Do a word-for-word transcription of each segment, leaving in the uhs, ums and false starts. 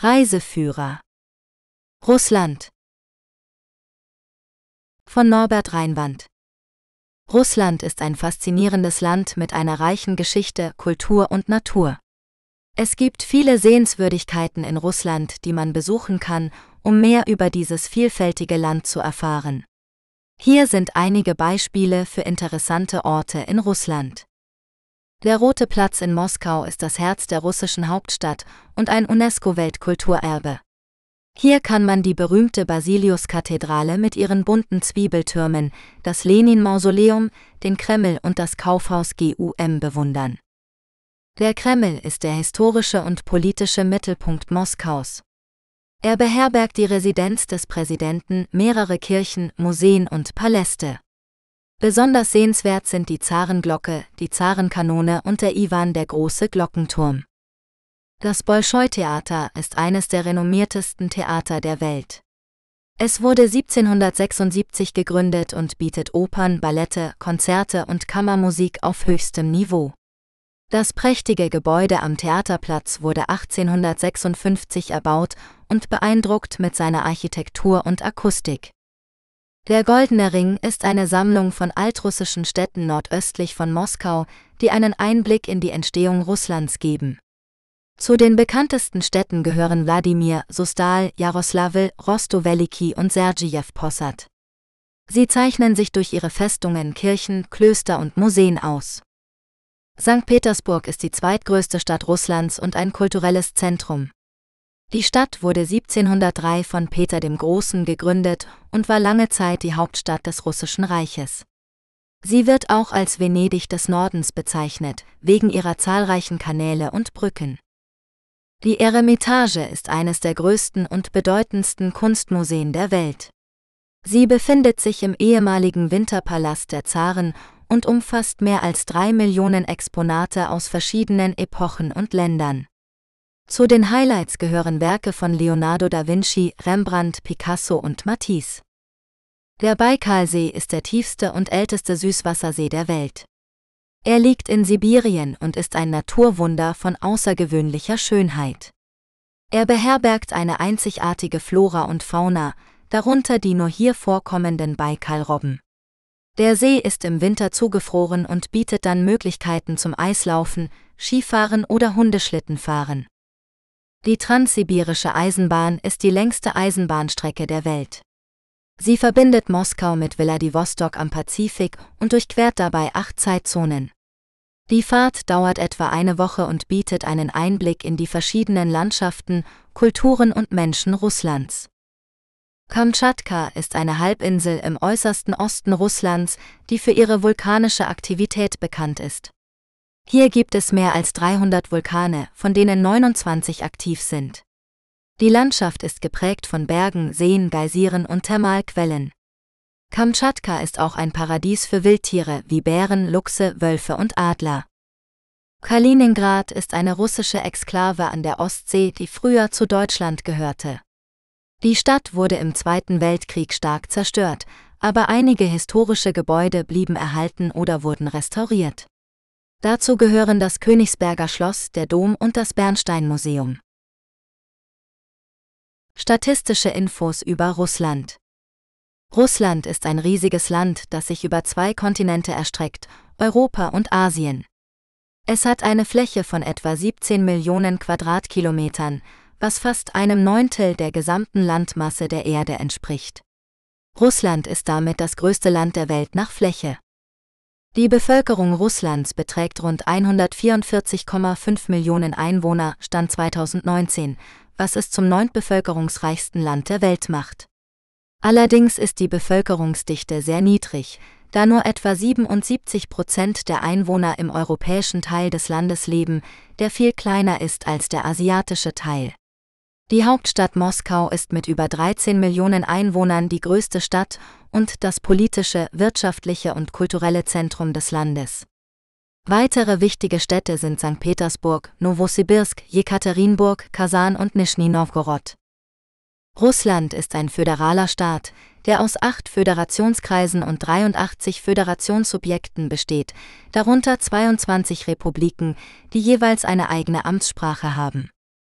Reiseführer. Russland. Von Norbert Reinwand. Russland ist ein faszinierendes Land mit einer reichen Geschichte, Kultur und Natur. Es gibt viele Sehenswürdigkeiten in Russland, die man besuchen kann, um mehr über dieses vielfältige Land zu erfahren. Hier sind einige Beispiele für interessante Orte in Russland. Der Rote Platz in Moskau ist das Herz der russischen Hauptstadt und ein UNESCO-Weltkulturerbe. Hier kann man die berühmte Basiliuskathedrale mit ihren bunten Zwiebeltürmen, das Lenin-Mausoleum, den Kreml und das Kaufhaus G U M bewundern. Der Kreml ist der historische und politische Mittelpunkt Moskaus. Er beherbergt die Residenz des Präsidenten, mehrere Kirchen, Museen und Paläste. Besonders sehenswert sind die Zarenglocke, die Zarenkanone und der Iwan der große Glockenturm. Das Bolschoi-Theater ist eines der renommiertesten Theater der Welt. Es wurde siebzehnhundertsechsundsiebzig gegründet und bietet Opern, Ballette, Konzerte und Kammermusik auf höchstem Niveau. Das prächtige Gebäude am Theaterplatz wurde achtzehnhundertsechsundfünfzig erbaut und beeindruckt mit seiner Architektur und Akustik. Der Goldene Ring ist eine Sammlung von altrussischen Städten nordöstlich von Moskau, die einen Einblick in die Entstehung Russlands geben. Zu den bekanntesten Städten gehören Wladimir, Susdal, Jaroslavl, Rostow-Weliki und Sergijew Posad. Sie zeichnen sich durch ihre Festungen, Kirchen, Klöster und Museen aus. Sankt Petersburg ist die zweitgrößte Stadt Russlands und ein kulturelles Zentrum. Die Stadt wurde siebzehnhundertdrei von Peter dem Großen gegründet und war lange Zeit die Hauptstadt des Russischen Reiches. Sie wird auch als Venedig des Nordens bezeichnet, wegen ihrer zahlreichen Kanäle und Brücken. Die Eremitage ist eines der größten und bedeutendsten Kunstmuseen der Welt. Sie befindet sich im ehemaligen Winterpalast der Zaren und umfasst mehr als drei Millionen Exponate aus verschiedenen Epochen und Ländern. Zu den Highlights gehören Werke von Leonardo da Vinci, Rembrandt, Picasso und Matisse. Der Baikalsee ist der tiefste und älteste Süßwassersee der Welt. Er liegt in Sibirien und ist ein Naturwunder von außergewöhnlicher Schönheit. Er beherbergt eine einzigartige Flora und Fauna, darunter die nur hier vorkommenden Baikalrobben. Der See ist im Winter zugefroren und bietet dann Möglichkeiten zum Eislaufen, Skifahren oder Hundeschlittenfahren. Die Transsibirische Eisenbahn ist die längste Eisenbahnstrecke der Welt. Sie verbindet Moskau mit Wladiwostok am Pazifik und durchquert dabei acht Zeitzonen. Die Fahrt dauert etwa eine Woche und bietet einen Einblick in die verschiedenen Landschaften, Kulturen und Menschen Russlands. Kamtschatka ist eine Halbinsel im äußersten Osten Russlands, die für ihre vulkanische Aktivität bekannt ist. Hier gibt es mehr als dreihundert Vulkane, von denen neunundzwanzig aktiv sind. Die Landschaft ist geprägt von Bergen, Seen, Geysiren und Thermalquellen. Kamtschatka ist auch ein Paradies für Wildtiere wie Bären, Luchse, Wölfe und Adler. Kaliningrad ist eine russische Exklave an der Ostsee, die früher zu Deutschland gehörte. Die Stadt wurde im Zweiten Weltkrieg stark zerstört, aber einige historische Gebäude blieben erhalten oder wurden restauriert. Dazu gehören das Königsberger Schloss, der Dom und das Bernstein-Museum. Statistische Infos über Russland. Russland ist ein riesiges Land, das sich über zwei Kontinente erstreckt, Europa und Asien. Es hat eine Fläche von etwa siebzehn Millionen Quadratkilometern, was fast einem Neuntel der gesamten Landmasse der Erde entspricht. Russland ist damit das größte Land der Welt nach Fläche. Die Bevölkerung Russlands beträgt rund hundertvierundvierzig Komma fünf Millionen Einwohner, Stand zweitausendneunzehn, was es zum neuntbevölkerungsreichsten Land der Welt macht. Allerdings ist die Bevölkerungsdichte sehr niedrig, da nur etwa siebenundsiebzig Prozent der Einwohner im europäischen Teil des Landes leben, der viel kleiner ist als der asiatische Teil. Die Hauptstadt Moskau ist mit über dreizehn Millionen Einwohnern die größte Stadt und das politische, wirtschaftliche und kulturelle Zentrum des Landes. Weitere wichtige Städte sind Sankt Petersburg, Nowosibirsk, Jekaterinburg, Kasan und Nischni Nowgorod. Russland ist ein föderaler Staat, der aus acht Föderationskreisen und dreiundachtzig Föderationssubjekten besteht, darunter zweiundzwanzig Republiken, die jeweils eine eigene Amtssprache haben.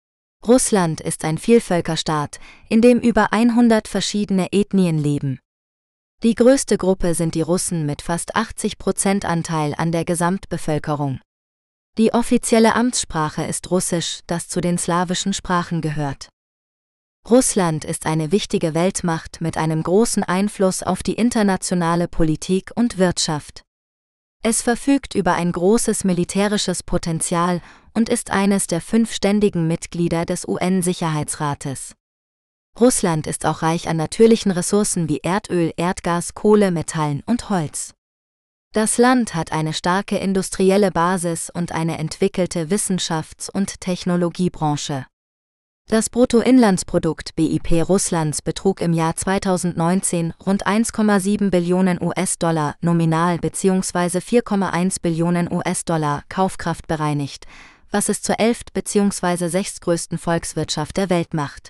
Russland ist ein Vielvölkerstaat, in dem über hundert verschiedene Ethnien leben. Die größte Gruppe sind die Russen mit fast achtzig Prozent Anteil an der Gesamtbevölkerung. Die offizielle Amtssprache ist Russisch, das zu den slawischen Sprachen gehört. Russland ist eine wichtige Weltmacht mit einem großen Einfluss auf die internationale Politik und Wirtschaft. Es verfügt über ein großes militärisches Potenzial und ist eines der fünf ständigen Mitglieder des U N-Sicherheitsrates. Russland ist auch reich an natürlichen Ressourcen wie Erdöl, Erdgas, Kohle, Metallen und Holz. Das Land hat eine starke industrielle Basis und eine entwickelte Wissenschafts- und Technologiebranche. Das Bruttoinlandsprodukt B I P Russlands betrug im Jahr zweitausendneunzehn rund eins Komma sieben Billionen U S-Dollar nominal bzw. vier Komma eins Billionen U S-Dollar kaufkraftbereinigt, was es zur elft bzw. sechstgrößten Volkswirtschaft der Welt macht.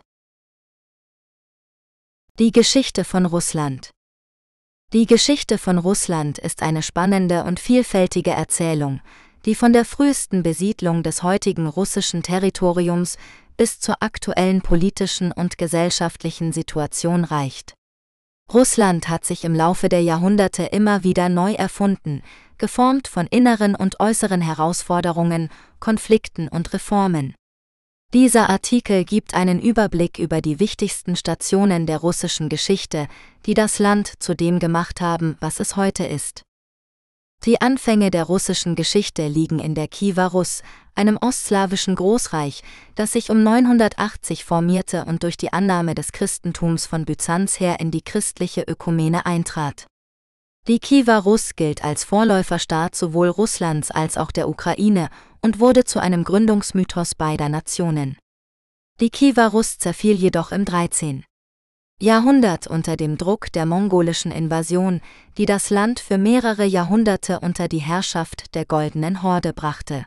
Die Geschichte von Russland. Die Geschichte von Russland ist eine spannende und vielfältige Erzählung, die von der frühesten Besiedlung des heutigen russischen Territoriums bis zur aktuellen politischen und gesellschaftlichen Situation reicht. Russland hat sich im Laufe der Jahrhunderte immer wieder neu erfunden, geformt von inneren und äußeren Herausforderungen, Konflikten und Reformen. Dieser Artikel gibt einen Überblick über die wichtigsten Stationen der russischen Geschichte, die das Land zu dem gemacht haben, was es heute ist. Die Anfänge der russischen Geschichte liegen in der Kiewer Russ, einem ostslawischen Großreich, das sich um neunhundertachtzig formierte und durch die Annahme des Christentums von Byzanz her in die christliche Ökumene eintrat. Die Kiewer Russ gilt als Vorläuferstaat sowohl Russlands als auch der Ukraine und wurde zu einem Gründungsmythos beider Nationen. Die Kiewer Russ zerfiel jedoch im dreizehnten Jahrhundert unter dem Druck der mongolischen Invasion, die das Land für mehrere Jahrhunderte unter die Herrschaft der Goldenen Horde brachte.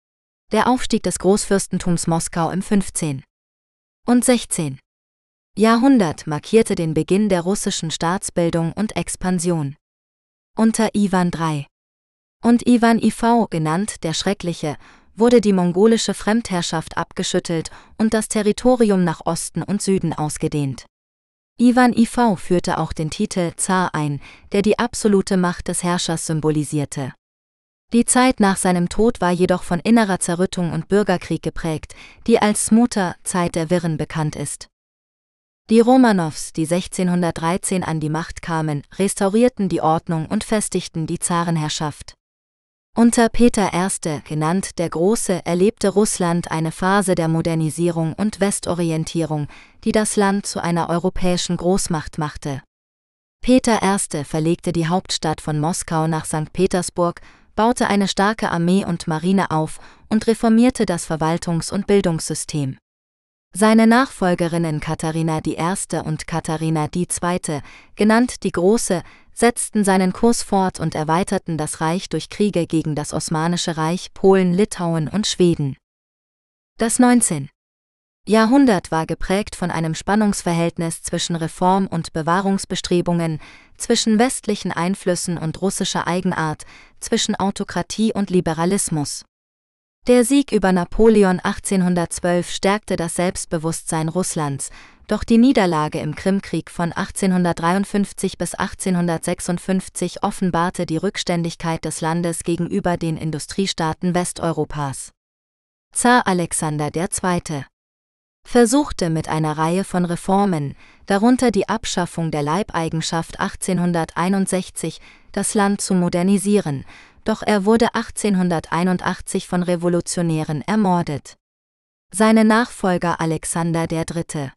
Der Aufstieg des Großfürstentums Moskau im fünfzehnten und sechzehnten Jahrhundert markierte den Beginn der russischen Staatsbildung und Expansion. Unter Iwan der Dritte und Iwan der Erste, genannt der Schreckliche, wurde die mongolische Fremdherrschaft abgeschüttelt und das Territorium nach Osten und Süden ausgedehnt. Iwan der Erste führte auch den Titel Zar ein, der die absolute Macht des Herrschers symbolisierte. Die Zeit nach seinem Tod war jedoch von innerer Zerrüttung und Bürgerkrieg geprägt, die als Smuta, Zeit der Wirren, bekannt ist. Die Romanows, die sechzehnhundertdreizehn an die Macht kamen, restaurierten die Ordnung und festigten die Zarenherrschaft. Unter Peter der Erste, genannt der Große, erlebte Russland eine Phase der Modernisierung und Westorientierung, die das Land zu einer europäischen Großmacht machte. Peter der Erste verlegte die Hauptstadt von Moskau nach Sankt Petersburg, baute eine starke Armee und Marine auf und reformierte das Verwaltungs- und Bildungssystem. Seine Nachfolgerinnen Katharina die Erste und Katharina die Zweite, genannt die Große, setzten seinen Kurs fort und erweiterten das Reich durch Kriege gegen das Osmanische Reich, Polen, Litauen und Schweden. Das neunzehnte Jahrhundert war geprägt von einem Spannungsverhältnis zwischen Reform- und Bewahrungsbestrebungen, zwischen westlichen Einflüssen und russischer Eigenart, zwischen Autokratie und Liberalismus. Der Sieg über Napoleon achtzehnhundertzwölf stärkte das Selbstbewusstsein Russlands, doch die Niederlage im Krimkrieg von achtzehnhundertdreiundfünfzig bis achtzehnhundertsechsundfünfzig offenbarte die Rückständigkeit des Landes gegenüber den Industriestaaten Westeuropas. Zar Alexander der Zweite versuchte mit einer Reihe von Reformen, darunter die Abschaffung der Leibeigenschaft achtzehnhunderteinundsechzig, das Land zu modernisieren, doch er wurde achtzehnhunderteinundachtzig von Revolutionären ermordet. Seine Nachfolger Alexander der Dritte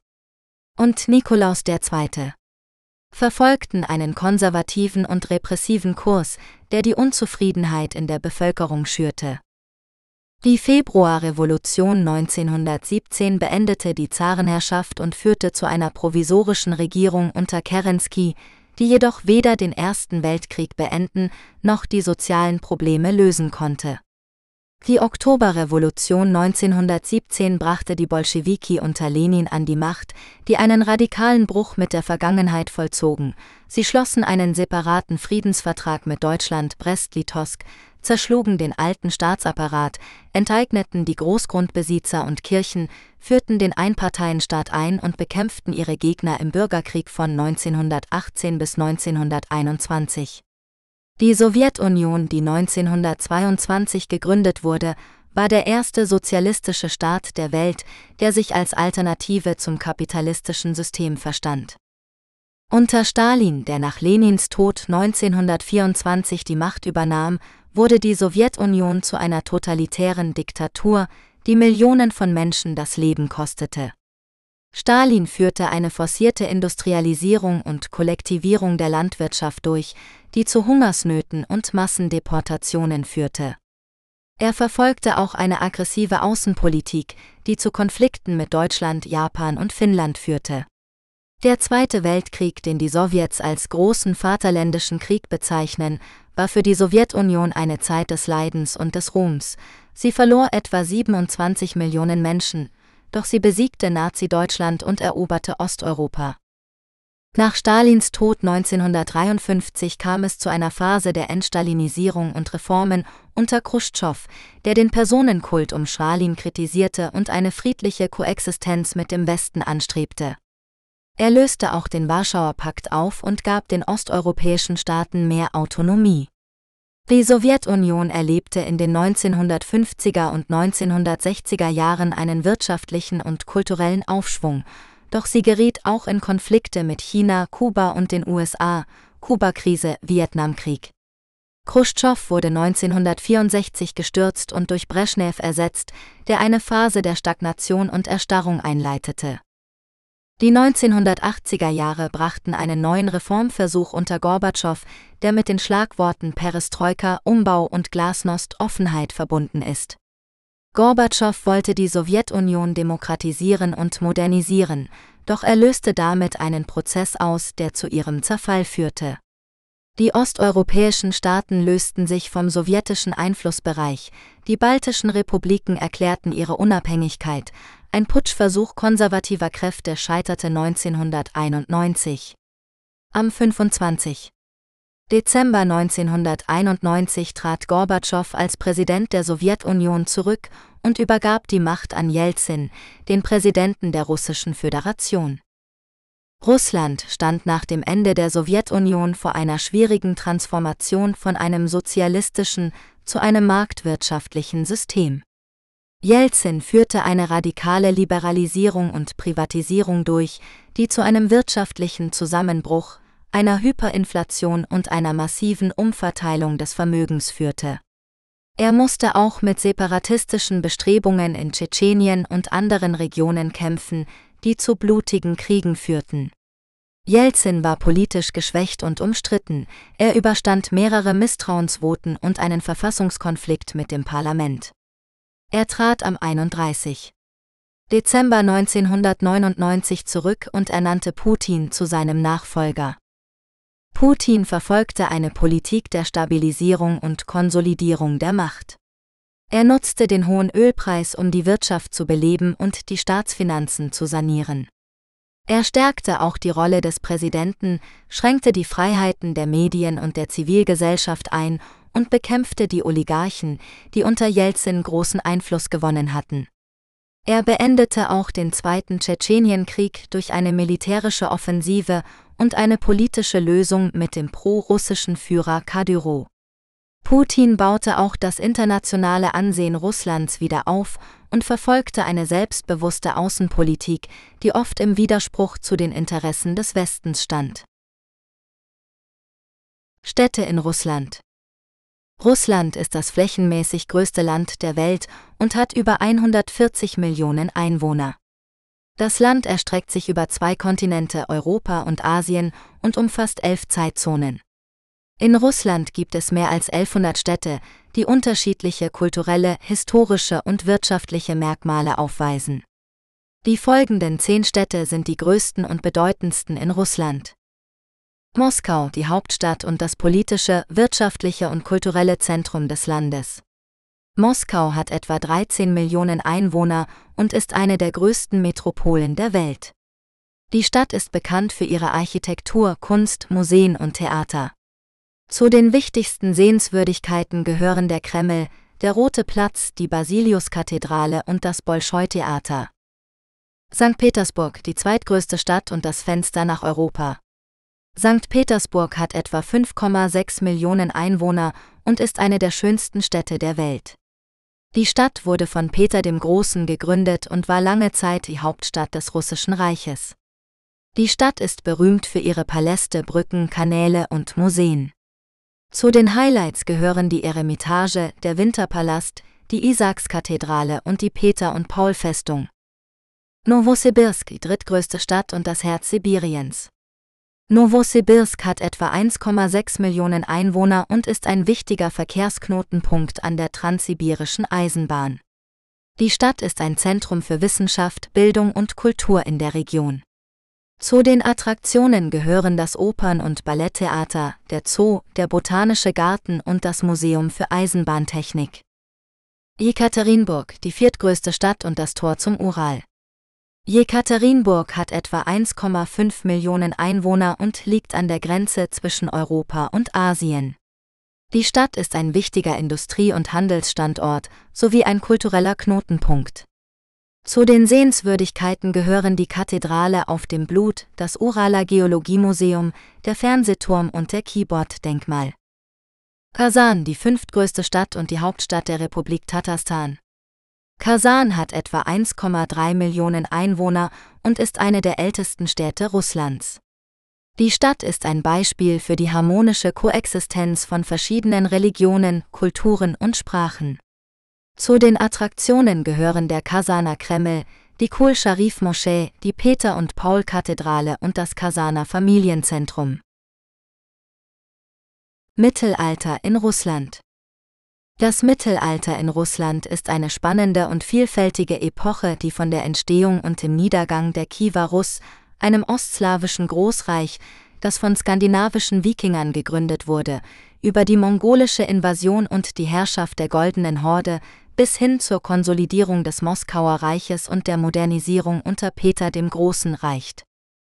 und Nikolaus der Zweite verfolgten einen konservativen und repressiven Kurs, der die Unzufriedenheit in der Bevölkerung schürte. Die Februarrevolution neunzehnhundertsiebzehn beendete die Zarenherrschaft und führte zu einer provisorischen Regierung unter Kerensky, die jedoch weder den Ersten Weltkrieg beenden noch die sozialen Probleme lösen konnte. Die Oktoberrevolution neunzehnhundertsiebzehn brachte die Bolschewiki unter Lenin an die Macht, die einen radikalen Bruch mit der Vergangenheit vollzogen. Sie schlossen einen separaten Friedensvertrag mit Deutschland, Brest-Litowsk, zerschlugen den alten Staatsapparat, enteigneten die Großgrundbesitzer und Kirchen, führten den Einparteienstaat ein und bekämpften ihre Gegner im Bürgerkrieg von neunzehnhundertachtzehn bis neunzehnhunderteinundzwanzig. Die Sowjetunion, die neunzehnhundertzweiundzwanzig gegründet wurde, war der erste sozialistische Staat der Welt, der sich als Alternative zum kapitalistischen System verstand. Unter Stalin, der nach Lenins Tod neunzehnhundertvierundzwanzig die Macht übernahm, wurde die Sowjetunion zu einer totalitären Diktatur, die Millionen von Menschen das Leben kostete. Stalin führte eine forcierte Industrialisierung und Kollektivierung der Landwirtschaft durch, die zu Hungersnöten und Massendeportationen führte. Er verfolgte auch eine aggressive Außenpolitik, die zu Konflikten mit Deutschland, Japan und Finnland führte. Der Zweite Weltkrieg, den die Sowjets als großen Vaterländischen Krieg bezeichnen, war für die Sowjetunion eine Zeit des Leidens und des Ruhms. Sie verlor etwa siebenundzwanzig Millionen Menschen, doch sie besiegte Nazi-Deutschland und eroberte Osteuropa. Nach Stalins Tod neunzehnhundertdreiundfünfzig kam es zu einer Phase der Entstalinisierung und Reformen unter Chruschtschow, der den Personenkult um Stalin kritisierte und eine friedliche Koexistenz mit dem Westen anstrebte. Er löste auch den Warschauer Pakt auf und gab den osteuropäischen Staaten mehr Autonomie. Die Sowjetunion erlebte in den neunzehnhundertfünfziger und neunzehnhundertsechziger Jahren einen wirtschaftlichen und kulturellen Aufschwung, doch sie geriet auch in Konflikte mit China, Kuba und den U S A, Kubakrise, Vietnamkrieg. Chruschtschow wurde neunzehnhundertvierundsechzig gestürzt und durch Breschnew ersetzt, der eine Phase der Stagnation und Erstarrung einleitete. Die neunzehnhundertachtziger Jahre brachten einen neuen Reformversuch unter Gorbatschow, der mit den Schlagworten Perestroika, Umbau und Glasnost, Offenheit verbunden ist. Gorbatschow wollte die Sowjetunion demokratisieren und modernisieren, doch er löste damit einen Prozess aus, der zu ihrem Zerfall führte. Die osteuropäischen Staaten lösten sich vom sowjetischen Einflussbereich, die baltischen Republiken erklärten ihre Unabhängigkeit, ein Putschversuch konservativer Kräfte scheiterte neunzehnhunderteinundneunzig. Am fünfundzwanzigsten Dezember neunzehnhunderteinundneunzig trat Gorbatschow als Präsident der Sowjetunion zurück und übergab die Macht an Jelzin, den Präsidenten der Russischen Föderation. Russland stand nach dem Ende der Sowjetunion vor einer schwierigen Transformation von einem sozialistischen zu einem marktwirtschaftlichen System. Jelzin führte eine radikale Liberalisierung und Privatisierung durch, die zu einem wirtschaftlichen Zusammenbruch, einer Hyperinflation und einer massiven Umverteilung des Vermögens führte. Er musste auch mit separatistischen Bestrebungen in Tschetschenien und anderen Regionen kämpfen, die zu blutigen Kriegen führten. Jelzin war politisch geschwächt und umstritten, er überstand mehrere Misstrauensvoten und einen Verfassungskonflikt mit dem Parlament. Er trat am einunddreißigsten Dezember neunzehnhundertneunundneunzig zurück und ernannte Putin zu seinem Nachfolger. Putin verfolgte eine Politik der Stabilisierung und Konsolidierung der Macht. Er nutzte den hohen Ölpreis, um die Wirtschaft zu beleben und die Staatsfinanzen zu sanieren. Er stärkte auch die Rolle des Präsidenten, schränkte die Freiheiten der Medien und der Zivilgesellschaft ein und bekämpfte die Oligarchen, die unter Jelzin großen Einfluss gewonnen hatten. Er beendete auch den Zweiten Tschetschenienkrieg durch eine militärische Offensive und eine politische Lösung mit dem pro-russischen Führer Kadyrow. Putin baute auch das internationale Ansehen Russlands wieder auf und verfolgte eine selbstbewusste Außenpolitik, die oft im Widerspruch zu den Interessen des Westens stand. Städte in Russland. Russland ist das flächenmäßig größte Land der Welt und hat über hundertvierzig Millionen Einwohner. Das Land erstreckt sich über zwei Kontinente, Europa und Asien, und umfasst elf Zeitzonen. In Russland gibt es mehr als elfhundert Städte, die unterschiedliche kulturelle, historische und wirtschaftliche Merkmale aufweisen. Die folgenden zehn Städte sind die größten und bedeutendsten in Russland. Moskau, die Hauptstadt und das politische, wirtschaftliche und kulturelle Zentrum des Landes. Moskau hat etwa dreizehn Millionen Einwohner und ist eine der größten Metropolen der Welt. Die Stadt ist bekannt für ihre Architektur, Kunst, Museen und Theater. Zu den wichtigsten Sehenswürdigkeiten gehören der Kreml, der Rote Platz, die Basiliuskathedrale und das Bolschoi-Theater. Sankt Petersburg, die zweitgrößte Stadt und das Fenster nach Europa. Sankt Petersburg hat etwa fünf Komma sechs Millionen Einwohner und ist eine der schönsten Städte der Welt. Die Stadt wurde von Peter dem Großen gegründet und war lange Zeit die Hauptstadt des Russischen Reiches. Die Stadt ist berühmt für ihre Paläste, Brücken, Kanäle und Museen. Zu den Highlights gehören die Eremitage, der Winterpalast, die Isaakskathedrale und die Peter- und Paul-Festung. Nowosibirsk, die drittgrößte Stadt und das Herz Sibiriens. Nowosibirsk hat etwa eins Komma sechs Millionen Einwohner und ist ein wichtiger Verkehrsknotenpunkt an der Transsibirischen Eisenbahn. Die Stadt ist ein Zentrum für Wissenschaft, Bildung und Kultur in der Region. Zu den Attraktionen gehören das Opern- und Balletttheater, der Zoo, der Botanische Garten und das Museum für Eisenbahntechnik. Jekaterinburg, die viertgrößte Stadt und das Tor zum Ural. Jekaterinburg hat etwa eins Komma fünf Millionen Einwohner und liegt an der Grenze zwischen Europa und Asien. Die Stadt ist ein wichtiger Industrie- und Handelsstandort sowie ein kultureller Knotenpunkt. Zu den Sehenswürdigkeiten gehören die Kathedrale auf dem Blut, das Uraler Geologiemuseum, der Fernsehturm und der Keyboard-Denkmal. Kasan, die fünftgrößte Stadt und die Hauptstadt der Republik Tatarstan. Kasan hat etwa eins Komma drei Millionen Einwohner und ist eine der ältesten Städte Russlands. Die Stadt ist ein Beispiel für die harmonische Koexistenz von verschiedenen Religionen, Kulturen und Sprachen. Zu den Attraktionen gehören der Kasaner Kreml, die Kul-Sharif-Moschee, die Peter- und Paul-Kathedrale und das Kasaner Familienzentrum. Mittelalter in Russland. Das Mittelalter in Russland ist eine spannende und vielfältige Epoche, die von der Entstehung und dem Niedergang der Kiewer Russ, einem ostslawischen Großreich, das von skandinavischen Wikingern gegründet wurde, über die mongolische Invasion und die Herrschaft der Goldenen Horde bis hin zur Konsolidierung des Moskauer Reiches und der Modernisierung unter Peter dem Großen reicht.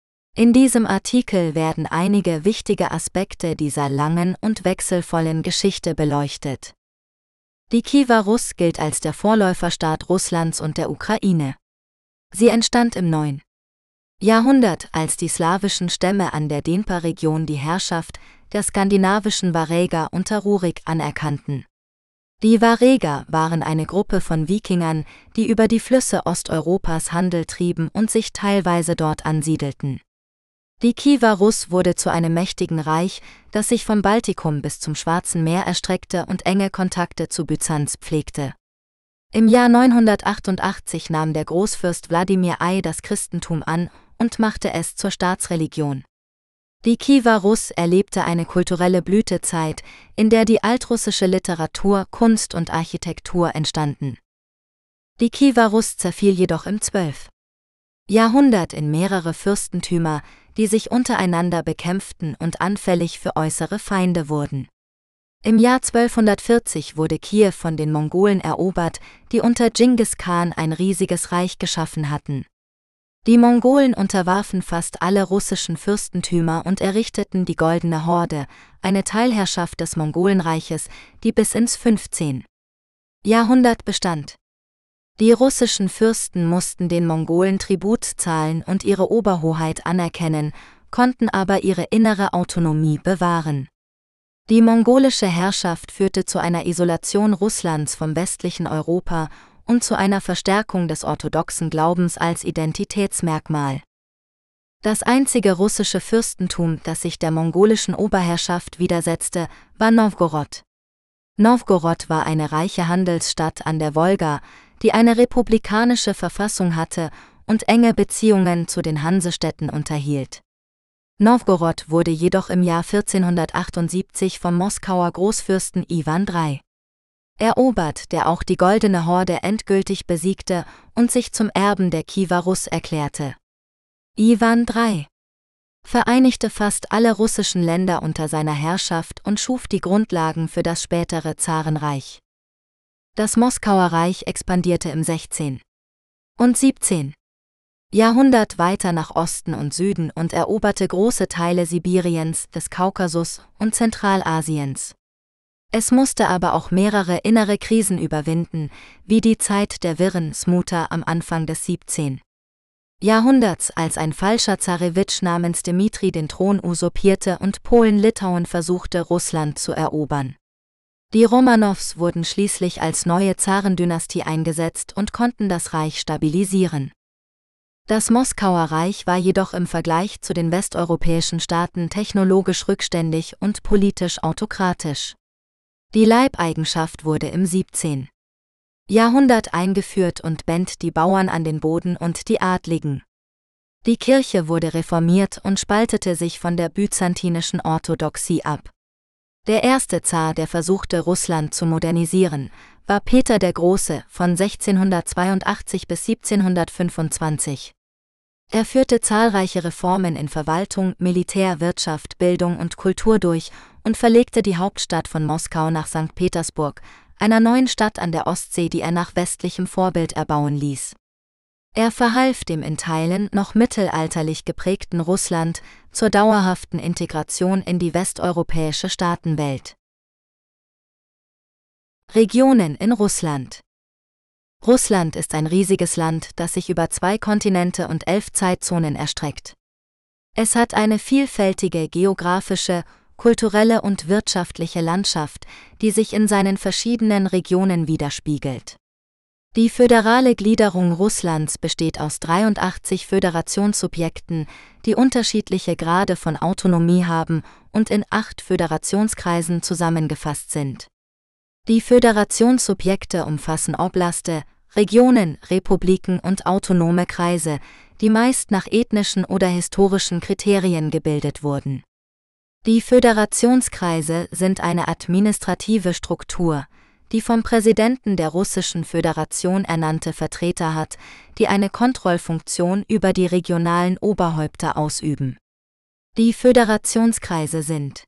In diesem Artikel werden einige wichtige Aspekte dieser langen und wechselvollen Geschichte beleuchtet. Die Kiewer Russ gilt als der Vorläuferstaat Russlands und der Ukraine. Sie entstand im neunten Jahrhundert, als die slawischen Stämme an der Dnepr-Region die Herrschaft der skandinavischen Varäger unter Rurik anerkannten. Die Varäger waren eine Gruppe von Wikingern, die über die Flüsse Osteuropas Handel trieben und sich teilweise dort ansiedelten. Die Kiewer Russ wurde zu einem mächtigen Reich, das sich vom Baltikum bis zum Schwarzen Meer erstreckte und enge Kontakte zu Byzanz pflegte. Im Jahr neunhundertachtundachtzig nahm der Großfürst Wladimir I das Christentum an und machte es zur Staatsreligion. Die Kiewer Russ erlebte eine kulturelle Blütezeit, in der die altrussische Literatur, Kunst und Architektur entstanden. Die Kiewer Russ zerfiel jedoch im zwölften Jahrhundert in mehrere Fürstentümer, die sich untereinander bekämpften und anfällig für äußere Feinde wurden. Im Jahr zwölfhundertvierzig wurde Kiew von den Mongolen erobert, die unter Dschingis Khan ein riesiges Reich geschaffen hatten. Die Mongolen unterwarfen fast alle russischen Fürstentümer und errichteten die Goldene Horde, eine Teilherrschaft des Mongolenreiches, die bis ins fünfzehnten Jahrhundert bestand. Die russischen Fürsten mussten den Mongolen Tribut zahlen und ihre Oberhoheit anerkennen, konnten aber ihre innere Autonomie bewahren. Die mongolische Herrschaft führte zu einer Isolation Russlands vom westlichen Europa und zu einer Verstärkung des orthodoxen Glaubens als Identitätsmerkmal. Das einzige russische Fürstentum, das sich der mongolischen Oberherrschaft widersetzte, war Nowgorod. Nowgorod war eine reiche Handelsstadt an der Wolga, die eine republikanische Verfassung hatte und enge Beziehungen zu den Hansestädten unterhielt. Nowgorod wurde jedoch im Jahr vierzehnhundertachtundsiebzig vom Moskauer Großfürsten Iwan der Dritte erobert, der auch die Goldene Horde endgültig besiegte und sich zum Erben der Kiewer Russ erklärte. Iwan der Dritte vereinigte fast alle russischen Länder unter seiner Herrschaft und schuf die Grundlagen für das spätere Zarenreich. Das Moskauer Reich expandierte im sechzehnten und siebzehnten Jahrhundert weiter nach Osten und Süden und eroberte große Teile Sibiriens, des Kaukasus und Zentralasiens. Es musste aber auch mehrere innere Krisen überwinden, wie die Zeit der wirren Smuta am Anfang des siebzehnten Jahrhunderts, als ein falscher Zarewitsch namens Dmitri den Thron usurpierte und Polen-Litauen versuchte, Russland zu erobern. Die Romanows wurden schließlich als neue Zarendynastie eingesetzt und konnten das Reich stabilisieren. Das Moskauer Reich war jedoch im Vergleich zu den westeuropäischen Staaten technologisch rückständig und politisch autokratisch. Die Leibeigenschaft wurde im siebzehnten Jahrhundert eingeführt und bändt die Bauern an den Boden und die Adligen. Die Kirche wurde reformiert und spaltete sich von der byzantinischen Orthodoxie ab. Der erste Zar, der versuchte, Russland zu modernisieren, war Peter der Große von sechzehnhundertzweiundachtzig bis siebzehnhundertfünfundzwanzig. Er führte zahlreiche Reformen in Verwaltung, Militär, Wirtschaft, Bildung und Kultur durch und verlegte die Hauptstadt von Moskau nach Sankt Petersburg, einer neuen Stadt an der Ostsee, die er nach westlichem Vorbild erbauen ließ. Er verhalf dem in Teilen noch mittelalterlich geprägten Russland zur dauerhaften Integration in die westeuropäische Staatenwelt. Regionen in Russland. Russland ist ein riesiges Land, das sich über zwei Kontinente und elf Zeitzonen erstreckt. Es hat eine vielfältige geografische, kulturelle und wirtschaftliche Landschaft, die sich in seinen verschiedenen Regionen widerspiegelt. Die föderale Gliederung Russlands besteht aus dreiundachtzig Föderationssubjekten, die unterschiedliche Grade von Autonomie haben und in acht Föderationskreisen zusammengefasst sind. Die Föderationssubjekte umfassen Oblaste, Regionen, Republiken und autonome Kreise, die meist nach ethnischen oder historischen Kriterien gebildet wurden. Die Föderationskreise sind eine administrative Struktur, die vom Präsidenten der Russischen Föderation ernannte Vertreter hat, die eine Kontrollfunktion über die regionalen Oberhäupter ausüben. Die Föderationskreise sind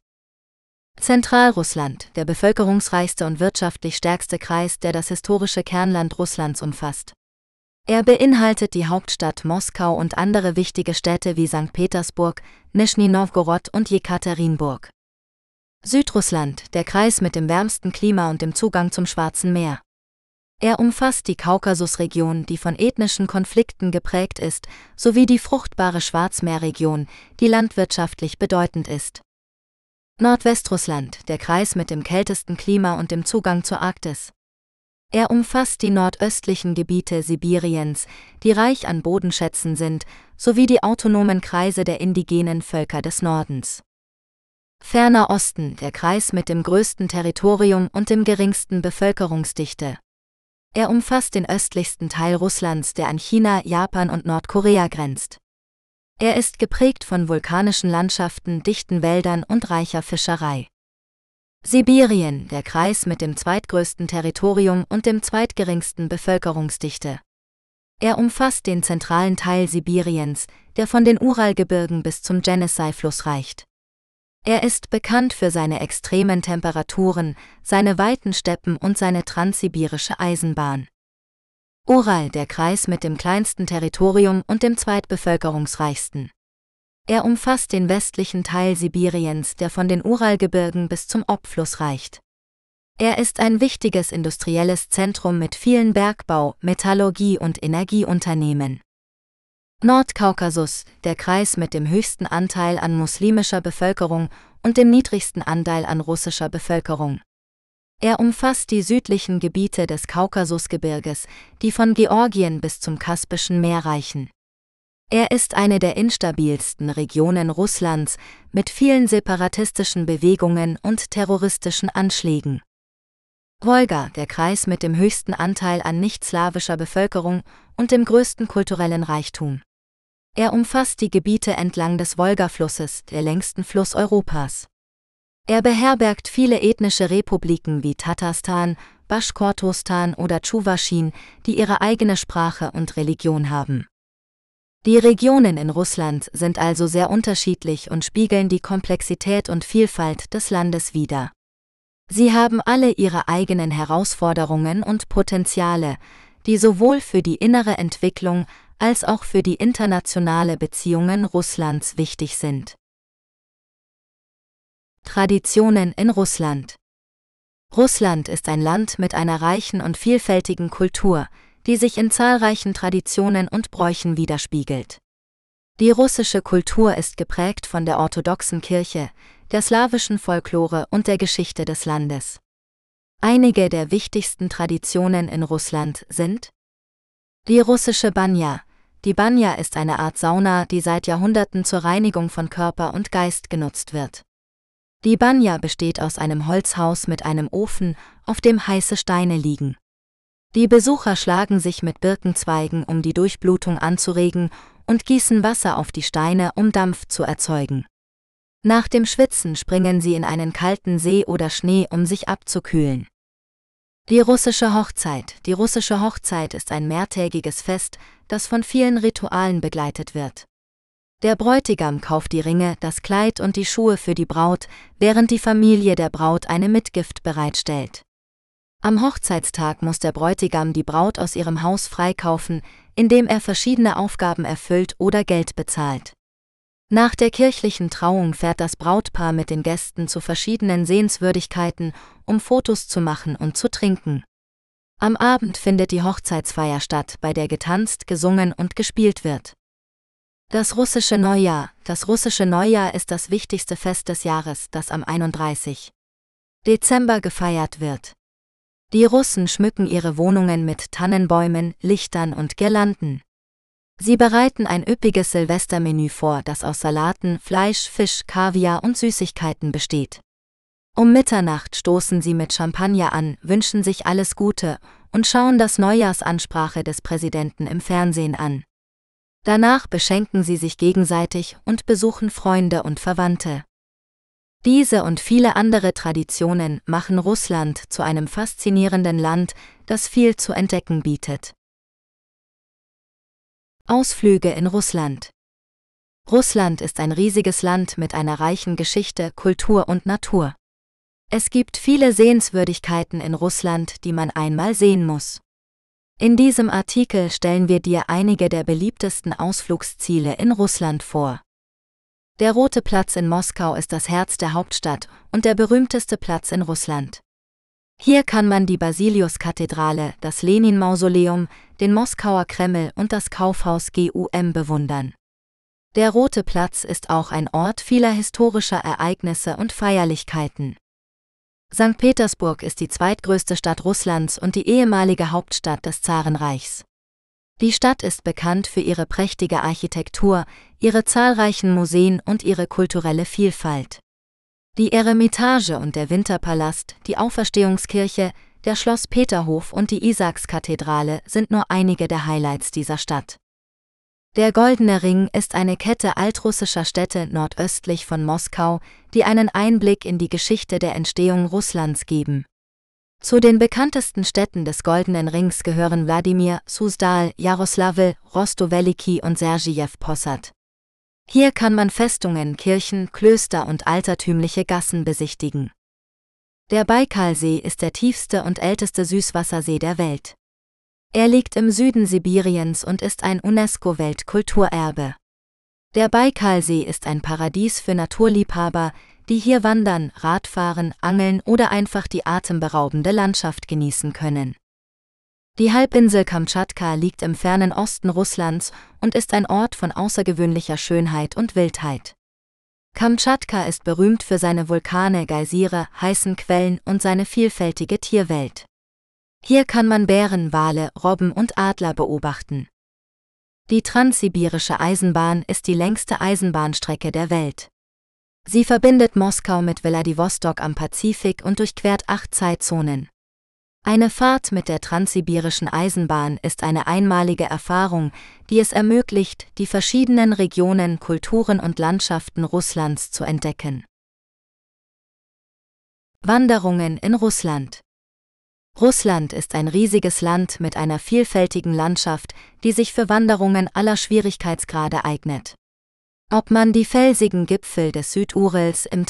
Zentralrussland, der bevölkerungsreichste und wirtschaftlich stärkste Kreis, der das historische Kernland Russlands umfasst. Er beinhaltet die Hauptstadt Moskau und andere wichtige Städte wie Sankt Petersburg, Nischni Nowgorod und Jekaterinburg. Südrussland, der Kreis mit dem wärmsten Klima und dem Zugang zum Schwarzen Meer. Er umfasst die Kaukasusregion, die von ethnischen Konflikten geprägt ist, sowie die fruchtbare Schwarzmeerregion, die landwirtschaftlich bedeutend ist. Nordwestrussland, der Kreis mit dem kältesten Klima und dem Zugang zur Arktis. Er umfasst die nordöstlichen Gebiete Sibiriens, die reich an Bodenschätzen sind, sowie die autonomen Kreise der indigenen Völker des Nordens. Ferner Osten, der Kreis mit dem größten Territorium und dem geringsten Bevölkerungsdichte. Er umfasst den östlichsten Teil Russlands, der an China, Japan und Nordkorea grenzt. Er ist geprägt von vulkanischen Landschaften, dichten Wäldern und reicher Fischerei. Sibirien, der Kreis mit dem zweitgrößten Territorium und dem zweitgeringsten Bevölkerungsdichte. Er umfasst den zentralen Teil Sibiriens, der von den Uralgebirgen bis zum Jenissei-Fluss reicht. Er ist bekannt für seine extremen Temperaturen, seine weiten Steppen und seine transsibirische Eisenbahn. Ural, der Kreis mit dem kleinsten Territorium und dem zweitbevölkerungsreichsten. Er umfasst den westlichen Teil Sibiriens, der von den Uralgebirgen bis zum Ob-Fluss reicht. Er ist ein wichtiges industrielles Zentrum mit vielen Bergbau-, Metallurgie- und Energieunternehmen. Nordkaukasus, der Kreis mit dem höchsten Anteil an muslimischer Bevölkerung und dem niedrigsten Anteil an russischer Bevölkerung. Er umfasst die südlichen Gebiete des Kaukasusgebirges, die von Georgien bis zum Kaspischen Meer reichen. Er ist eine der instabilsten Regionen Russlands mit vielen separatistischen Bewegungen und terroristischen Anschlägen. Wolga, der Kreis mit dem höchsten Anteil an nicht-slawischer Bevölkerung und dem größten kulturellen Reichtum. Er umfasst die Gebiete entlang des Wolgaflusses, der längsten Fluss Europas. Er beherbergt viele ethnische Republiken wie Tatarstan, Baschkortostan oder Tschuwaschien, die ihre eigene Sprache und Religion haben. Die Regionen in Russland sind also sehr unterschiedlich und spiegeln die Komplexität und Vielfalt des Landes wider. Sie haben alle ihre eigenen Herausforderungen und Potenziale, die sowohl für die innere Entwicklung als auch für die internationale Beziehungen Russlands wichtig sind. Traditionen in Russland. Russland ist ein Land mit einer reichen und vielfältigen Kultur, die sich in zahlreichen Traditionen und Bräuchen widerspiegelt. Die russische Kultur ist geprägt von der orthodoxen Kirche, der slawischen Folklore und der Geschichte des Landes. Einige der wichtigsten Traditionen in Russland sind die russische Banja. Die Banja ist eine Art Sauna, die seit Jahrhunderten zur Reinigung von Körper und Geist genutzt wird. Die Banja besteht aus einem Holzhaus mit einem Ofen, auf dem heiße Steine liegen. Die Besucher schlagen sich mit Birkenzweigen, um die Durchblutung anzuregen, und gießen Wasser auf die Steine, um Dampf zu erzeugen. Nach dem Schwitzen springen sie in einen kalten See oder Schnee, um sich abzukühlen. Die russische Hochzeit. Die russische Hochzeit ist ein mehrtägiges Fest, das von vielen Ritualen begleitet wird. Der Bräutigam kauft die Ringe, das Kleid und die Schuhe für die Braut, während die Familie der Braut eine Mitgift bereitstellt. Am Hochzeitstag muss der Bräutigam die Braut aus ihrem Haus freikaufen, indem er verschiedene Aufgaben erfüllt oder Geld bezahlt. Nach der kirchlichen Trauung fährt das Brautpaar mit den Gästen zu verschiedenen Sehenswürdigkeiten, um Fotos zu machen und zu trinken. Am Abend findet die Hochzeitsfeier statt, bei der getanzt, gesungen und gespielt wird. Das russische Neujahr. Das russische Neujahr ist das wichtigste Fest des Jahres, das am einunddreißigsten Dezember gefeiert wird. Die Russen schmücken ihre Wohnungen mit Tannenbäumen, Lichtern und Girlanden. Sie bereiten ein üppiges Silvestermenü vor, das aus Salaten, Fleisch, Fisch, Kaviar und Süßigkeiten besteht. Um Mitternacht stoßen sie mit Champagner an, wünschen sich alles Gute und schauen das Neujahrsansprache des Präsidenten im Fernsehen an. Danach beschenken sie sich gegenseitig und besuchen Freunde und Verwandte. Diese und viele andere Traditionen machen Russland zu einem faszinierenden Land, das viel zu entdecken bietet. Ausflüge in Russland. Russland ist ein riesiges Land mit einer reichen Geschichte, Kultur und Natur. Es gibt viele Sehenswürdigkeiten in Russland, die man einmal sehen muss. In diesem Artikel stellen wir dir einige der beliebtesten Ausflugsziele in Russland vor. Der Rote Platz in Moskau ist das Herz der Hauptstadt und der berühmteste Platz in Russland. Hier kann man die Basiliuskathedrale, das Lenin-Mausoleum, den Moskauer Kreml und das Kaufhaus G U M bewundern. Der Rote Platz ist auch ein Ort vieler historischer Ereignisse und Feierlichkeiten. Sankt Petersburg ist die zweitgrößte Stadt Russlands und die ehemalige Hauptstadt des Zarenreichs. Die Stadt ist bekannt für ihre prächtige Architektur, ihre zahlreichen Museen und ihre kulturelle Vielfalt. Die Eremitage und der Winterpalast, die Auferstehungskirche, der Schloss-Peterhof und die Isaakskathedrale sind nur einige der Highlights dieser Stadt. Der Goldene Ring ist eine Kette altrussischer Städte nordöstlich von Moskau, die einen Einblick in die Geschichte der Entstehung Russlands geben. Zu den bekanntesten Städten des Goldenen Rings gehören Wladimir, Suzdal, Jaroslavl, Rostow-Weliki und Sergijew Possad. Hier kann man Festungen, Kirchen, Klöster und altertümliche Gassen besichtigen. Der Baikalsee ist der tiefste und älteste Süßwassersee der Welt. Er liegt im Süden Sibiriens und ist ein UNESCO-Weltkulturerbe. Der Baikalsee ist ein Paradies für Naturliebhaber, die hier wandern, Radfahren, angeln oder einfach die atemberaubende Landschaft genießen können. Die Halbinsel Kamtschatka liegt im fernen Osten Russlands und ist ein Ort von außergewöhnlicher Schönheit und Wildheit. Kamtschatka ist berühmt für seine Vulkane, Geysire, heißen Quellen und seine vielfältige Tierwelt. Hier kann man Bären, Wale, Robben und Adler beobachten. Die Transsibirische Eisenbahn ist die längste Eisenbahnstrecke der Welt. Sie verbindet Moskau mit Wladiwostok am Pazifik und durchquert acht Zeitzonen. Eine Fahrt mit der Transsibirischen Eisenbahn ist eine einmalige Erfahrung, die es ermöglicht, die verschiedenen Regionen, Kulturen und Landschaften Russlands zu entdecken. Wanderungen in Russland. Russland ist ein riesiges Land mit einer vielfältigen Landschaft, die sich für Wanderungen aller Schwierigkeitsgrade eignet. Ob man die felsigen Gipfel des Südurals im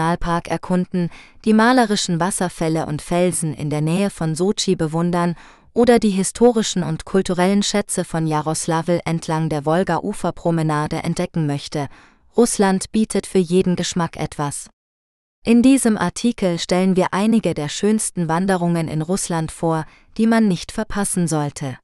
Takanai-Nationalpark erkunden, die malerischen Wasserfälle und Felsen in der Nähe von Sotschi bewundern oder die historischen und kulturellen Schätze von Jaroslawl entlang der Wolga-Uferpromenade entdecken möchte, Russland bietet für jeden Geschmack etwas. In diesem Artikel stellen wir einige der schönsten Wanderungen in Russland vor, die man nicht verpassen sollte.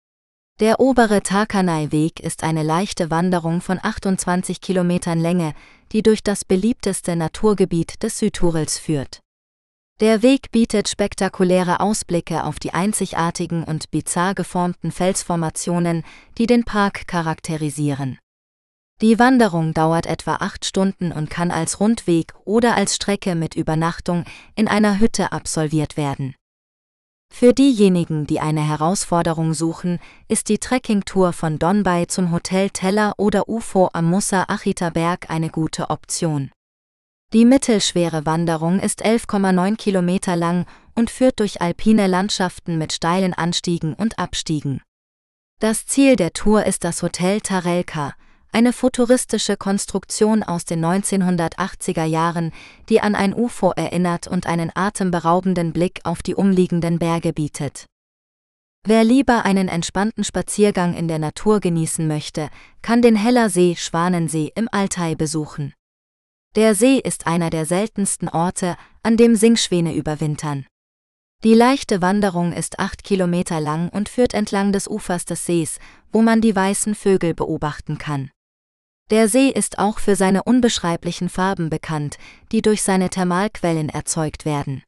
Der obere Takanai-Weg ist eine leichte Wanderung von achtundzwanzig Kilometern Länge, die durch das beliebteste Naturgebiet des Südurals führt. Der Weg bietet spektakuläre Ausblicke auf die einzigartigen und bizarr geformten Felsformationen, die den Park charakterisieren. Die Wanderung dauert etwa acht Stunden und kann als Rundweg oder als Strecke mit Übernachtung in einer Hütte absolviert werden. Für diejenigen, die eine Herausforderung suchen, ist die Trekkingtour von Donbai zum Hotel Teller oder U F O am Musa-Achita-Berg eine gute Option. Die mittelschwere Wanderung ist elf Komma neun Kilometer lang und führt durch alpine Landschaften mit steilen Anstiegen und Abstiegen. Das Ziel der Tour ist das Hotel Tarelka, eine futuristische Konstruktion aus den neunzehnhundertachtziger Jahren, die an ein U F O erinnert und einen atemberaubenden Blick auf die umliegenden Berge bietet. Wer lieber einen entspannten Spaziergang in der Natur genießen möchte, kann den Hellersee-Schwanensee im Altai besuchen. Der See ist einer der seltensten Orte, an dem Singschwäne überwintern. Die leichte Wanderung ist acht Kilometer lang und führt entlang des Ufers des Sees, wo man die weißen Vögel beobachten kann. Der See ist auch für seine unbeschreiblichen Farben bekannt, die durch seine Thermalquellen erzeugt werden.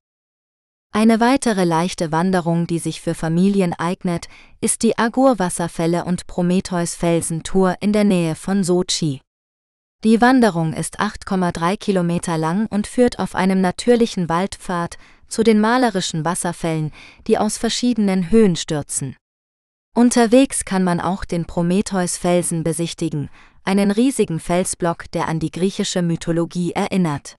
Eine weitere leichte Wanderung, die sich für Familien eignet, ist die Agur-Wasserfälle und Prometheus-Felsen-Tour in der Nähe von Sotschi. Die Wanderung ist acht Komma drei Kilometer lang und führt auf einem natürlichen Waldpfad zu den malerischen Wasserfällen, die aus verschiedenen Höhen stürzen. Unterwegs kann man auch den Prometheus-Felsen besichtigen, einen riesigen Felsblock, der an die griechische Mythologie erinnert.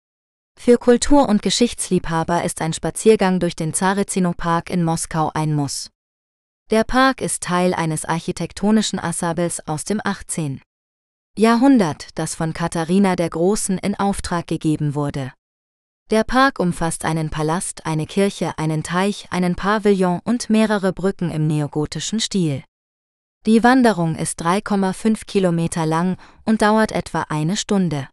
Für Kultur- und Geschichtsliebhaber ist ein Spaziergang durch den Zarizhino-Park in Moskau ein Muss. Der Park ist Teil eines architektonischen Ensembles aus dem achtzehnten Jahrhundert, das von Katharina der Großen in Auftrag gegeben wurde. Der Park umfasst einen Palast, eine Kirche, einen Teich, einen Pavillon und mehrere Brücken im neogotischen Stil. Die Wanderung ist drei Komma fünf Kilometer lang und dauert etwa eine Stunde.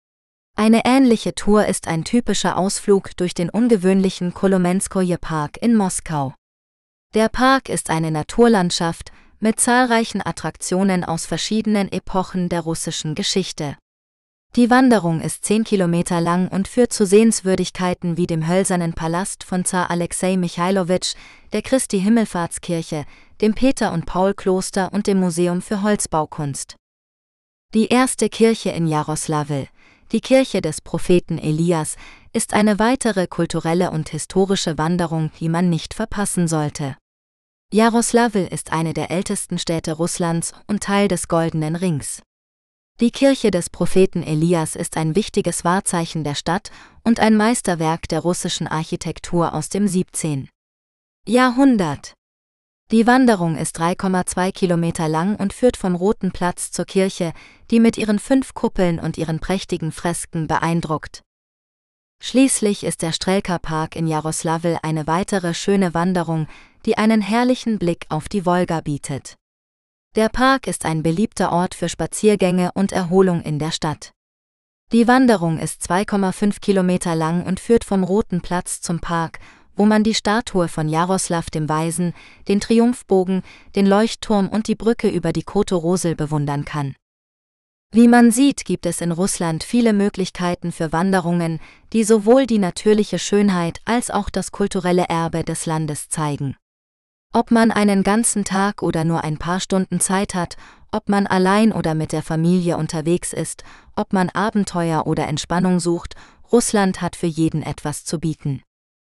Eine ähnliche Tour ist ein typischer Ausflug durch den ungewöhnlichen Kolomenskoje-Park in Moskau. Der Park ist eine Naturlandschaft mit zahlreichen Attraktionen aus verschiedenen Epochen der russischen Geschichte. Die Wanderung ist zehn Kilometer lang und führt zu Sehenswürdigkeiten wie dem hölzernen Palast von Zar Alexei Michailowitsch, der Christi-Himmelfahrtskirche, dem Peter- und Paul-Kloster und dem Museum für Holzbaukunst. Die erste Kirche in Jaroslawl, die Kirche des Propheten Elias, ist eine weitere kulturelle und historische Wanderung, die man nicht verpassen sollte. Jaroslawl ist eine der ältesten Städte Russlands und Teil des Goldenen Rings. Die Kirche des Propheten Elias ist ein wichtiges Wahrzeichen der Stadt und ein Meisterwerk der russischen Architektur aus dem siebzehnten Jahrhundert. Die Wanderung ist drei Komma zwei Kilometer lang und führt vom Roten Platz zur Kirche, die mit ihren fünf Kuppeln und ihren prächtigen Fresken beeindruckt. Schließlich ist der Strelka-Park in Jaroslawl eine weitere schöne Wanderung, die einen herrlichen Blick auf die Wolga bietet. Der Park ist ein beliebter Ort für Spaziergänge und Erholung in der Stadt. Die Wanderung ist zwei Komma fünf Kilometer lang und führt vom Roten Platz zum Park, wo man die Statue von Jaroslaw dem Weisen, den Triumphbogen, den Leuchtturm und die Brücke über die Koto-Rosel bewundern kann. Wie man sieht, gibt es in Russland viele Möglichkeiten für Wanderungen, die sowohl die natürliche Schönheit als auch das kulturelle Erbe des Landes zeigen. Ob man einen ganzen Tag oder nur ein paar Stunden Zeit hat, ob man allein oder mit der Familie unterwegs ist, ob man Abenteuer oder Entspannung sucht, Russland hat für jeden etwas zu bieten.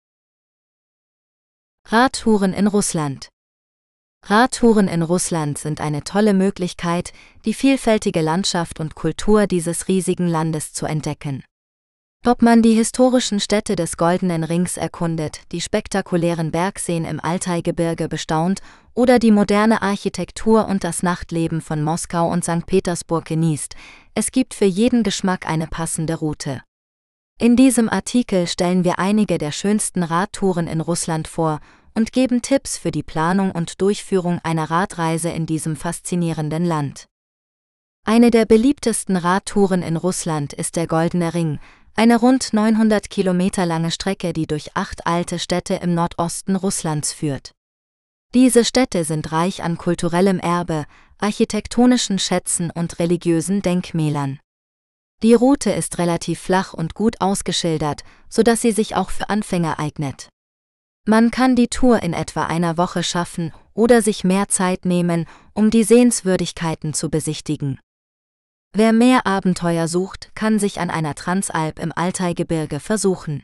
Radtouren in Russland. Radtouren in Russland sind eine tolle Möglichkeit, die vielfältige Landschaft und Kultur dieses riesigen Landes zu entdecken. Ob man die historischen Städte des Goldenen Rings erkundet, die spektakulären Bergseen im Altai-Gebirge bestaunt oder die moderne Architektur und das Nachtleben von Moskau und Sankt Petersburg genießt, es gibt für jeden Geschmack eine passende Route. In diesem Artikel stellen wir einige der schönsten Radtouren in Russland vor und geben Tipps für die Planung und Durchführung einer Radreise in diesem faszinierenden Land. Eine der beliebtesten Radtouren in Russland ist der Goldene Ring, eine rund neunhundert Kilometer lange Strecke, die durch acht alte Städte im Nordosten Russlands führt. Diese Städte sind reich an kulturellem Erbe, architektonischen Schätzen und religiösen Denkmälern. Die Route ist relativ flach und gut ausgeschildert, sodass sie sich auch für Anfänger eignet. Man kann die Tour in etwa einer Woche schaffen oder sich mehr Zeit nehmen, um die Sehenswürdigkeiten zu besichtigen. Wer mehr Abenteuer sucht, kann sich an einer Transalp im Altaigebirge versuchen.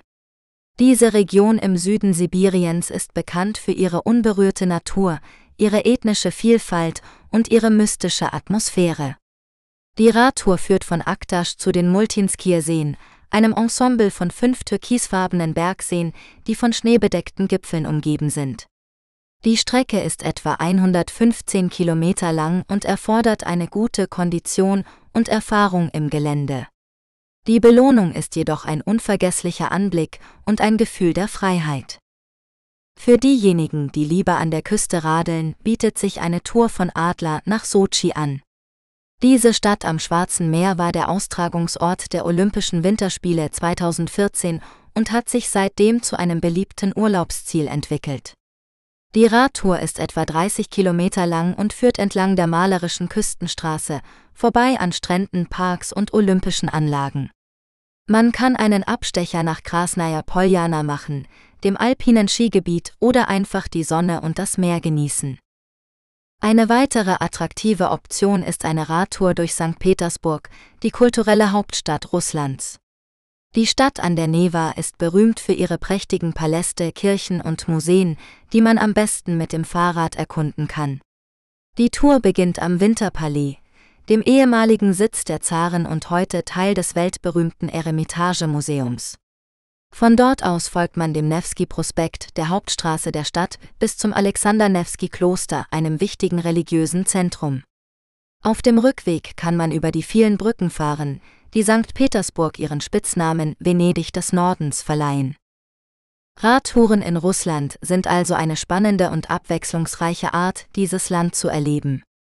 Diese Region im Süden Sibiriens ist bekannt für ihre unberührte Natur, ihre ethnische Vielfalt und ihre mystische Atmosphäre. Die Radtour führt von Aktasch zu den Multinskije-Seen, einem Ensemble von fünf türkisfarbenen Bergseen, die von schneebedeckten Gipfeln umgeben sind. Die Strecke ist etwa hundertfünfzehn Kilometer lang und erfordert eine gute Kondition und Erfahrung im Gelände. Die Belohnung ist jedoch ein unvergesslicher Anblick und ein Gefühl der Freiheit. Für diejenigen, die lieber an der Küste radeln, bietet sich eine Tour von Adler nach Sotschi an. Diese Stadt am Schwarzen Meer war der Austragungsort der Olympischen Winterspiele zweitausendvierzehn und hat sich seitdem zu einem beliebten Urlaubsziel entwickelt. Die Radtour ist etwa dreißig Kilometer lang und führt entlang der malerischen Küstenstraße, vorbei an Stränden, Parks und olympischen Anlagen. Man kann einen Abstecher nach Krasnaya Poljana machen, dem alpinen Skigebiet, oder einfach die Sonne und das Meer genießen. Eine weitere attraktive Option ist eine Radtour durch Sankt Petersburg, die kulturelle Hauptstadt Russlands. Die Stadt an der Newa ist berühmt für ihre prächtigen Paläste, Kirchen und Museen, die man am besten mit dem Fahrrad erkunden kann. Die Tour beginnt am Winterpalais, dem ehemaligen Sitz der Zaren und heute Teil des weltberühmten Eremitage-Museums. Von dort aus folgt man dem Newski-Prospekt, der Hauptstraße der Stadt, bis zum Alexander-Newski-Kloster, einem wichtigen religiösen Zentrum. Auf dem Rückweg kann man über die vielen Brücken fahren, die Sankt Petersburg ihren Spitznamen Venedig des Nordens verleihen. Radtouren in Russland sind also eine spannende und abwechslungsreiche Art, dieses Land zu erleben.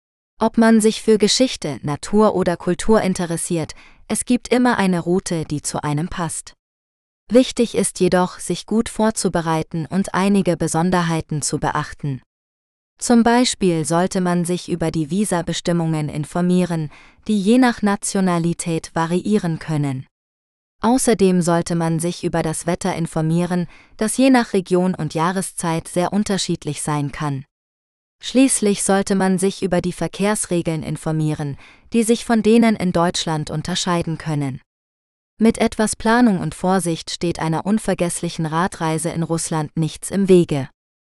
Ob man sich für Geschichte, Natur oder Kultur interessiert, es gibt immer eine Route, die zu einem passt. Wichtig ist jedoch, sich gut vorzubereiten und einige Besonderheiten zu beachten. Zum Beispiel sollte man sich über die Visabestimmungen informieren, die je nach Nationalität variieren können. Außerdem sollte man sich über das Wetter informieren, das je nach Region und Jahreszeit sehr unterschiedlich sein kann. Schließlich sollte man sich über die Verkehrsregeln informieren, die sich von denen in Deutschland unterscheiden können. Mit etwas Planung und Vorsicht steht einer unvergesslichen Radreise in Russland nichts im Wege.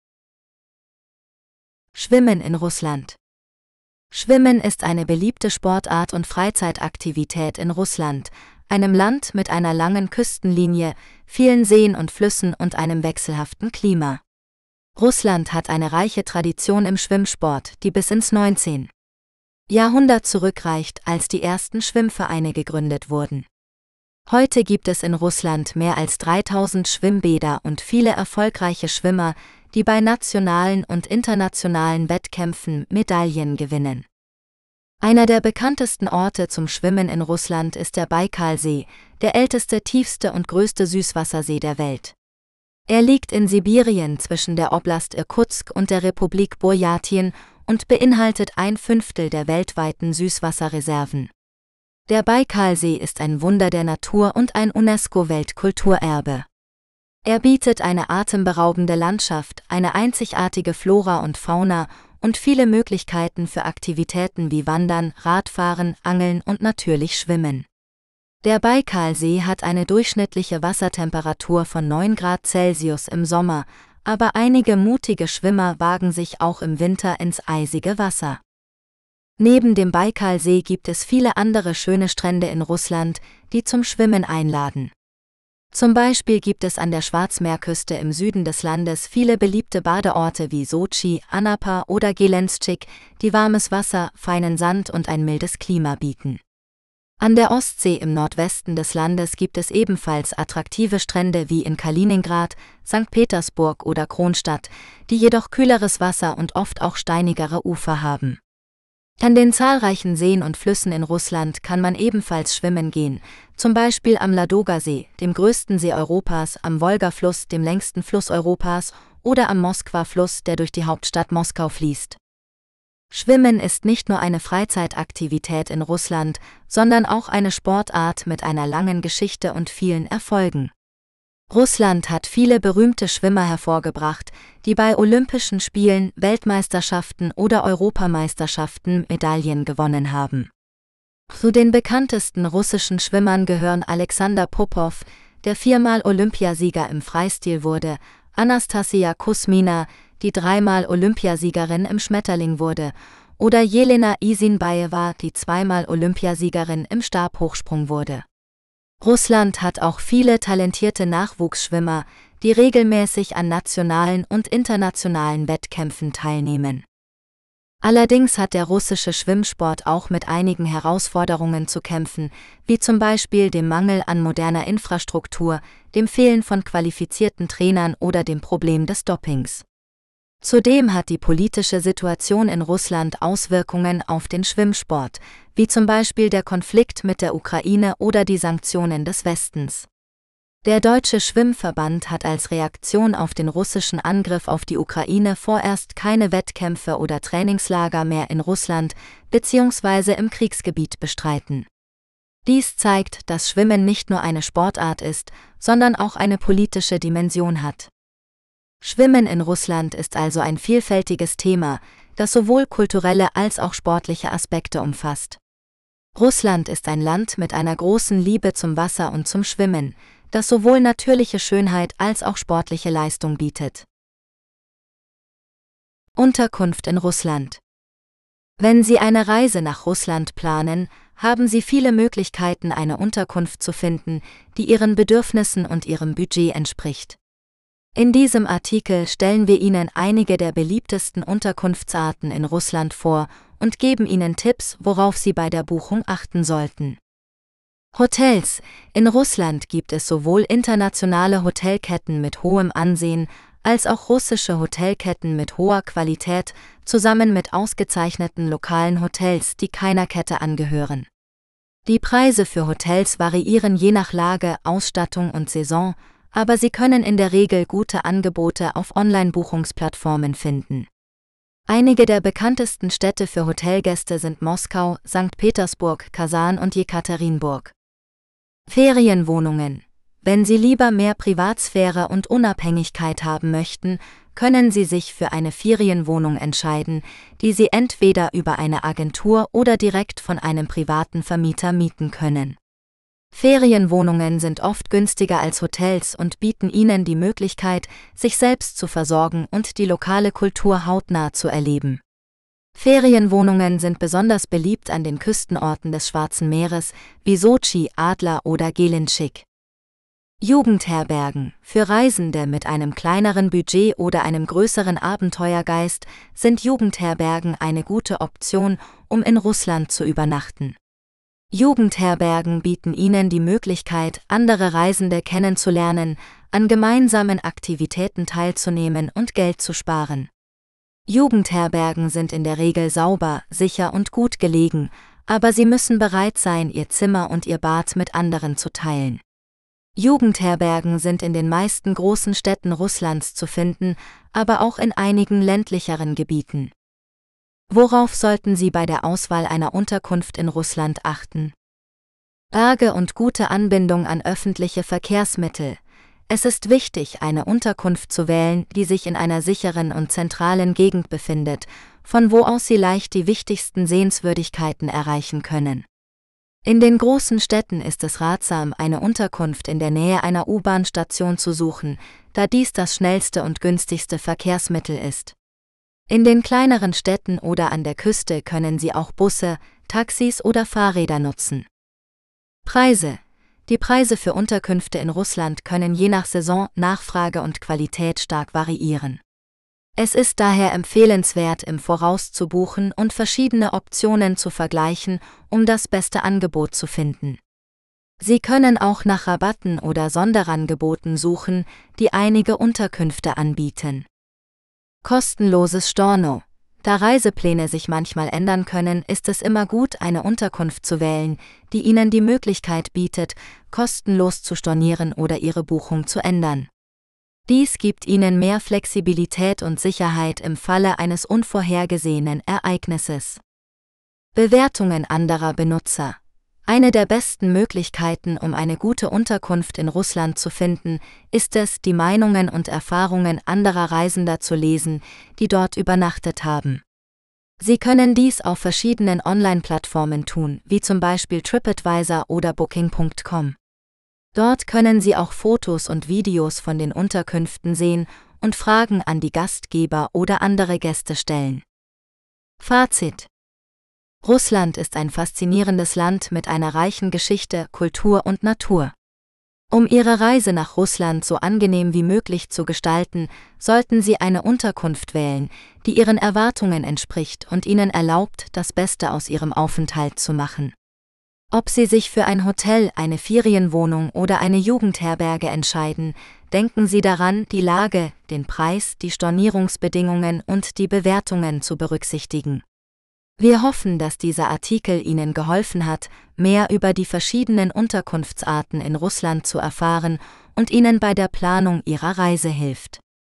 Schwimmen in Russland. Schwimmen ist eine beliebte Sportart und Freizeitaktivität in Russland, einem Land mit einer langen Küstenlinie, vielen Seen und Flüssen und einem wechselhaften Klima. Russland hat eine reiche Tradition im Schwimmsport, die bis ins neunzehnte Jahrhundert zurückreicht, als die ersten Schwimmvereine gegründet wurden. Heute gibt es in Russland mehr als dreitausend Schwimmbäder und viele erfolgreiche Schwimmer, die bei nationalen und internationalen Wettkämpfen Medaillen gewinnen. Einer der bekanntesten Orte zum Schwimmen in Russland ist der Baikalsee, der älteste, tiefste und größte Süßwassersee der Welt. Er liegt in Sibirien zwischen der Oblast Irkutsk und der Republik Burjatien und beinhaltet ein Fünftel der weltweiten Süßwasserreserven. Der Baikalsee ist ein Wunder der Natur und ein UNESCO-Weltkulturerbe. Er bietet eine atemberaubende Landschaft, eine einzigartige Flora und Fauna und viele Möglichkeiten für Aktivitäten wie Wandern, Radfahren, Angeln und natürlich Schwimmen. Der Baikalsee hat eine durchschnittliche Wassertemperatur von neun Grad Celsius im Sommer, aber einige mutige Schwimmer wagen sich auch im Winter ins eisige Wasser. Neben dem Baikalsee gibt es viele andere schöne Strände in Russland, die zum Schwimmen einladen. Zum Beispiel gibt es an der Schwarzmeerküste im Süden des Landes viele beliebte Badeorte wie Sotschi, Anapa oder Gelendzschik, die warmes Wasser, feinen Sand und ein mildes Klima bieten. An der Ostsee im Nordwesten des Landes gibt es ebenfalls attraktive Strände wie in Kaliningrad, Sankt Petersburg oder Kronstadt, die jedoch kühleres Wasser und oft auch steinigere Ufer haben. An den zahlreichen Seen und Flüssen in Russland kann man ebenfalls schwimmen gehen, zum Beispiel am Ladoga-See, dem größten See Europas, am Wolga-Fluss, dem längsten Fluss Europas, oder am Moskwa-Fluss, der durch die Hauptstadt Moskau fließt. Schwimmen ist nicht nur eine Freizeitaktivität in Russland, sondern auch eine Sportart mit einer langen Geschichte und vielen Erfolgen. Russland hat viele berühmte Schwimmer hervorgebracht, die bei Olympischen Spielen, Weltmeisterschaften oder Europameisterschaften Medaillen gewonnen haben. Zu den bekanntesten russischen Schwimmern gehören Alexander Popow, der viermal Olympiasieger im Freistil wurde, Anastasia Kusmina, die dreimal Olympiasiegerin im Schmetterling wurde, oder Jelena Isinbajewa, die zweimal Olympiasiegerin im Stabhochsprung wurde. Russland hat auch viele talentierte Nachwuchsschwimmer, die regelmäßig an nationalen und internationalen Wettkämpfen teilnehmen. Allerdings hat der russische Schwimmsport auch mit einigen Herausforderungen zu kämpfen, wie zum Beispiel dem Mangel an moderner Infrastruktur, dem Fehlen von qualifizierten Trainern oder dem Problem des Dopings. Zudem hat die politische Situation in Russland Auswirkungen auf den Schwimmsport, wie zum Beispiel der Konflikt mit der Ukraine oder die Sanktionen des Westens. Der Deutsche Schwimmverband hat als Reaktion auf den russischen Angriff auf die Ukraine vorerst keine Wettkämpfe oder Trainingslager mehr in Russland bzw. im Kriegsgebiet bestreiten. Dies zeigt, dass Schwimmen nicht nur eine Sportart ist, sondern auch eine politische Dimension hat. Schwimmen in Russland ist also ein vielfältiges Thema, das sowohl kulturelle als auch sportliche Aspekte umfasst. Russland ist ein Land mit einer großen Liebe zum Wasser und zum Schwimmen, das sowohl natürliche Schönheit als auch sportliche Leistung bietet. Unterkunft in Russland. Wenn Sie eine Reise nach Russland planen, haben Sie viele Möglichkeiten, eine Unterkunft zu finden, die Ihren Bedürfnissen und Ihrem Budget entspricht. In diesem Artikel stellen wir Ihnen einige der beliebtesten Unterkunftsarten in Russland vor und geben Ihnen Tipps, worauf Sie bei der Buchung achten sollten. Hotels. In Russland gibt es sowohl internationale Hotelketten mit hohem Ansehen, als auch russische Hotelketten mit hoher Qualität, zusammen mit ausgezeichneten lokalen Hotels, die keiner Kette angehören. Die Preise für Hotels variieren je nach Lage, Ausstattung und Saison, aber Sie können in der Regel gute Angebote auf Online-Buchungsplattformen finden. Einige der bekanntesten Städte für Hotelgäste sind Moskau, Sankt Petersburg, Kasan und Jekaterinburg. Ferienwohnungen. Wenn Sie lieber mehr Privatsphäre und Unabhängigkeit haben möchten, können Sie sich für eine Ferienwohnung entscheiden, die Sie entweder über eine Agentur oder direkt von einem privaten Vermieter mieten können. Ferienwohnungen sind oft günstiger als Hotels und bieten Ihnen die Möglichkeit, sich selbst zu versorgen und die lokale Kultur hautnah zu erleben. Ferienwohnungen sind besonders beliebt an den Küstenorten des Schwarzen Meeres, wie Sotschi, Adler oder Gelinschik. Jugendherbergen. Für Reisende mit einem kleineren Budget oder einem größeren Abenteuergeist sind Jugendherbergen eine gute Option, um in Russland zu übernachten. Jugendherbergen bieten Ihnen die Möglichkeit, andere Reisende kennenzulernen, an gemeinsamen Aktivitäten teilzunehmen und Geld zu sparen. Jugendherbergen sind in der Regel sauber, sicher und gut gelegen, aber Sie müssen bereit sein, Ihr Zimmer und Ihr Bad mit anderen zu teilen. Jugendherbergen sind in den meisten großen Städten Russlands zu finden, aber auch in einigen ländlicheren Gebieten. Worauf sollten Sie bei der Auswahl einer Unterkunft in Russland achten? Berge und gute Anbindung an öffentliche Verkehrsmittel. Es ist wichtig, eine Unterkunft zu wählen, die sich in einer sicheren und zentralen Gegend befindet, von wo aus Sie leicht die wichtigsten Sehenswürdigkeiten erreichen können. In den großen Städten ist es ratsam, eine Unterkunft in der Nähe einer U-Bahn-Station zu suchen, da dies das schnellste und günstigste Verkehrsmittel ist. In den kleineren Städten oder an der Küste können Sie auch Busse, Taxis oder Fahrräder nutzen. Preise. Die Preise für Unterkünfte in Russland können je nach Saison, Nachfrage und Qualität stark variieren. Es ist daher empfehlenswert, im Voraus zu buchen und verschiedene Optionen zu vergleichen, um das beste Angebot zu finden. Sie können auch nach Rabatten oder Sonderangeboten suchen, die einige Unterkünfte anbieten. Kostenloses Storno. Da Reisepläne sich manchmal ändern können, ist es immer gut, eine Unterkunft zu wählen, die Ihnen die Möglichkeit bietet, kostenlos zu stornieren oder Ihre Buchung zu ändern. Dies gibt Ihnen mehr Flexibilität und Sicherheit im Falle eines unvorhergesehenen Ereignisses. Bewertungen anderer Benutzer. Eine der besten Möglichkeiten, um eine gute Unterkunft in Russland zu finden, ist es, die Meinungen und Erfahrungen anderer Reisender zu lesen, die dort übernachtet haben. Sie können dies auf verschiedenen Online-Plattformen tun, wie zum Beispiel TripAdvisor oder Booking Punkt com. Dort können Sie auch Fotos und Videos von den Unterkünften sehen und Fragen an die Gastgeber oder andere Gäste stellen. Fazit: Russland ist ein faszinierendes Land mit einer reichen Geschichte, Kultur und Natur. Um Ihre Reise nach Russland so angenehm wie möglich zu gestalten, sollten Sie eine Unterkunft wählen, die Ihren Erwartungen entspricht und Ihnen erlaubt, das Beste aus Ihrem Aufenthalt zu machen. Ob Sie sich für ein Hotel, eine Ferienwohnung oder eine Jugendherberge entscheiden, denken Sie daran, die Lage, den Preis, die Stornierungsbedingungen und die Bewertungen zu berücksichtigen. Wir hoffen, dass dieser Artikel Ihnen geholfen hat, mehr über die verschiedenen Unterkunftsarten in Russland zu erfahren und Ihnen bei der Planung Ihrer Reise hilft.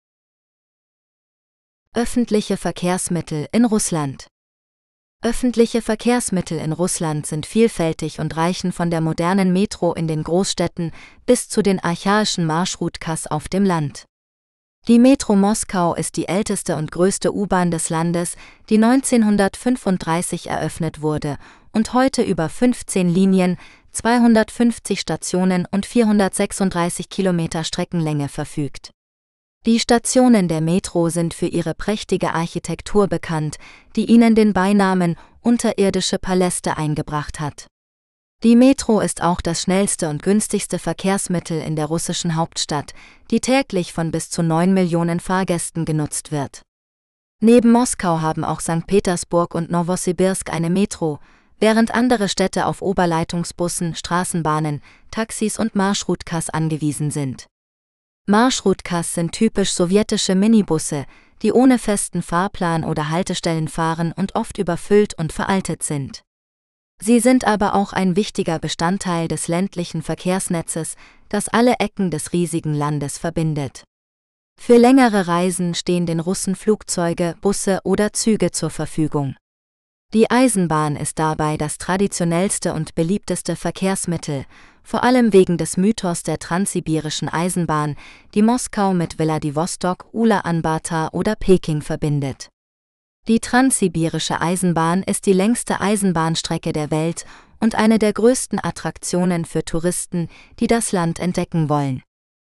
Öffentliche Verkehrsmittel in Russland. Öffentliche Verkehrsmittel in Russland sind vielfältig und reichen von der modernen Metro in den Großstädten bis zu den archaischen Marschrutkas auf dem Land. Die Metro Moskau ist die älteste und größte U-Bahn des Landes, die neunzehnhundertfünfunddreißig eröffnet wurde und heute über fünfzehn Linien, zweihundertfünfzig Stationen und vierhundertsechsunddreißig Kilometer Streckenlänge verfügt. Die Stationen der Metro sind für ihre prächtige Architektur bekannt, die ihnen den Beinamen unterirdische Paläste eingebracht hat. Die Metro ist auch das schnellste und günstigste Verkehrsmittel in der russischen Hauptstadt, die täglich von bis zu neun Millionen Fahrgästen genutzt wird. Neben Moskau haben auch Sankt Petersburg und Nowosibirsk eine Metro, während andere Städte auf Oberleitungsbussen, Straßenbahnen, Taxis und Marschrutkas angewiesen sind. Marschrutkas sind typisch sowjetische Minibusse, die ohne festen Fahrplan oder Haltestellen fahren und oft überfüllt und veraltet sind. Sie sind aber auch ein wichtiger Bestandteil des ländlichen Verkehrsnetzes, das alle Ecken des riesigen Landes verbindet. Für längere Reisen stehen den Russen Flugzeuge, Busse oder Züge zur Verfügung. Die Eisenbahn ist dabei das traditionellste und beliebteste Verkehrsmittel, vor allem wegen des Mythos der transsibirischen Eisenbahn, die Moskau mit Wladiwostok, Ulaanbaatar oder Peking verbindet. Die transsibirische Eisenbahn ist die längste Eisenbahnstrecke der Welt und eine der größten Attraktionen für Touristen, die das Land entdecken wollen.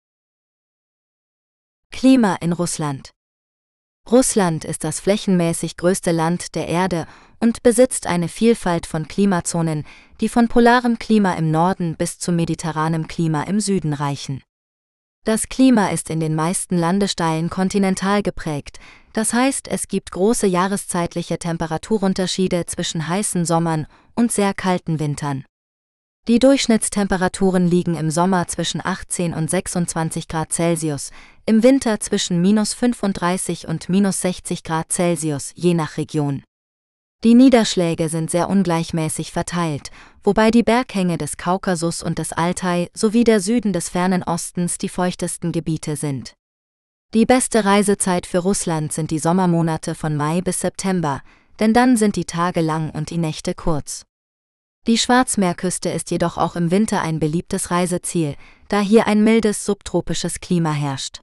Klima in Russland. Russland ist das flächenmäßig größte Land der Erde und besitzt eine Vielfalt von Klimazonen, die von polarem Klima im Norden bis zu mediterranem Klima im Süden reichen. Das Klima ist in den meisten Landesteilen kontinental geprägt, das heißt, es gibt große jahreszeitliche Temperaturunterschiede zwischen heißen Sommern und sehr kalten Wintern. Die Durchschnittstemperaturen liegen im Sommer zwischen achtzehn und sechsundzwanzig Grad Celsius, im Winter zwischen minus fünfunddreißig und minus sechzig Grad Celsius, je nach Region. Die Niederschläge sind sehr ungleichmäßig verteilt, wobei die Berghänge des Kaukasus und des Altai sowie der Süden des fernen Ostens die feuchtesten Gebiete sind. Die beste Reisezeit für Russland sind die Sommermonate von Mai bis September, denn dann sind die Tage lang und die Nächte kurz. Die Schwarzmeerküste ist jedoch auch im Winter ein beliebtes Reiseziel, da hier ein mildes subtropisches Klima herrscht.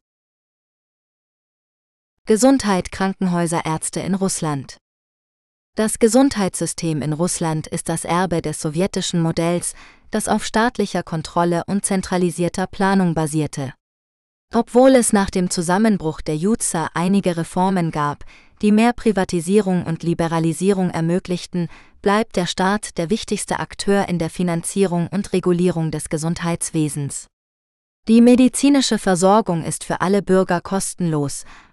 Gesundheit, Krankenhäuser, Ärzte in Russland. Das Gesundheitssystem in Russland ist das Erbe des sowjetischen Modells, das auf staatlicher Kontrolle und zentralisierter Planung basierte. Obwohl es nach dem Zusammenbruch der Juza einige Reformen gab, die mehr Privatisierung und Liberalisierung ermöglichten, bleibt der Staat der wichtigste Akteur in der Finanzierung und Regulierung des Gesundheitswesens. Die medizinische Versorgung ist für alle Bürger kostenlos,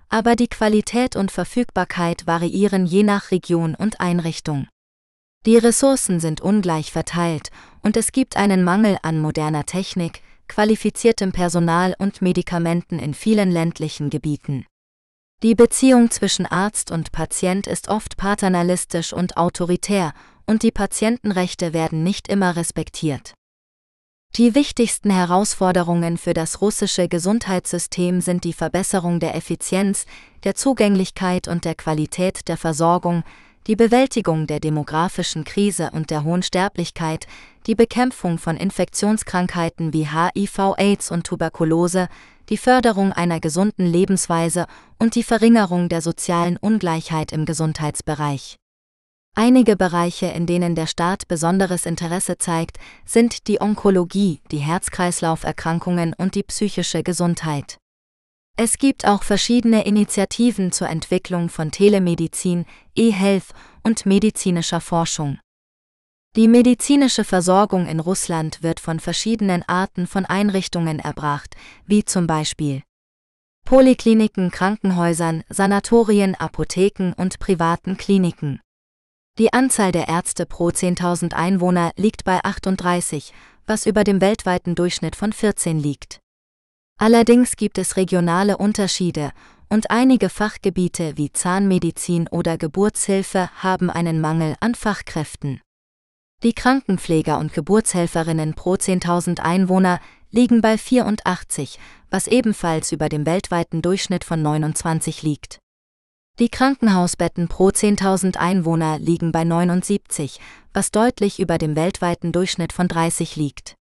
aber die Qualität und Verfügbarkeit variieren je nach Region und Einrichtung. Die Ressourcen sind ungleich verteilt und es gibt einen Mangel an moderner Technik, qualifiziertem Personal und Medikamenten in vielen ländlichen Gebieten. Die Beziehung zwischen Arzt und Patient ist oft paternalistisch und autoritär, und die Patientenrechte werden nicht immer respektiert. Die wichtigsten Herausforderungen für das russische Gesundheitssystem sind die Verbesserung der Effizienz, der Zugänglichkeit und der Qualität der Versorgung, die Bewältigung der demografischen Krise und der hohen Sterblichkeit, die Bekämpfung von Infektionskrankheiten wie H I V Aids und Tuberkulose, die Förderung einer gesunden Lebensweise und die Verringerung der sozialen Ungleichheit im Gesundheitsbereich. Einige Bereiche, in denen der Staat besonderes Interesse zeigt, sind die Onkologie, die Herz-Kreislauf-Erkrankungen und die psychische Gesundheit. Es gibt auch verschiedene Initiativen zur Entwicklung von Telemedizin, E-Health und medizinischer Forschung. Die medizinische Versorgung in Russland wird von verschiedenen Arten von Einrichtungen erbracht, wie zum Beispiel Polikliniken, Krankenhäusern, Sanatorien, Apotheken und privaten Kliniken. Die Anzahl der Ärzte pro zehntausend Einwohner liegt bei achtunddreißig, was über dem weltweiten Durchschnitt von vierzehn liegt. Allerdings gibt es regionale Unterschiede, und einige Fachgebiete wie Zahnmedizin oder Geburtshilfe haben einen Mangel an Fachkräften. Die Krankenpfleger und Geburtshelferinnen pro zehntausend Einwohner liegen bei vierundachtzig, was ebenfalls über dem weltweiten Durchschnitt von neunundzwanzig liegt. Die Krankenhausbetten pro zehntausend Einwohner liegen bei neunundsiebzig, was deutlich über dem weltweiten Durchschnitt von dreißig liegt.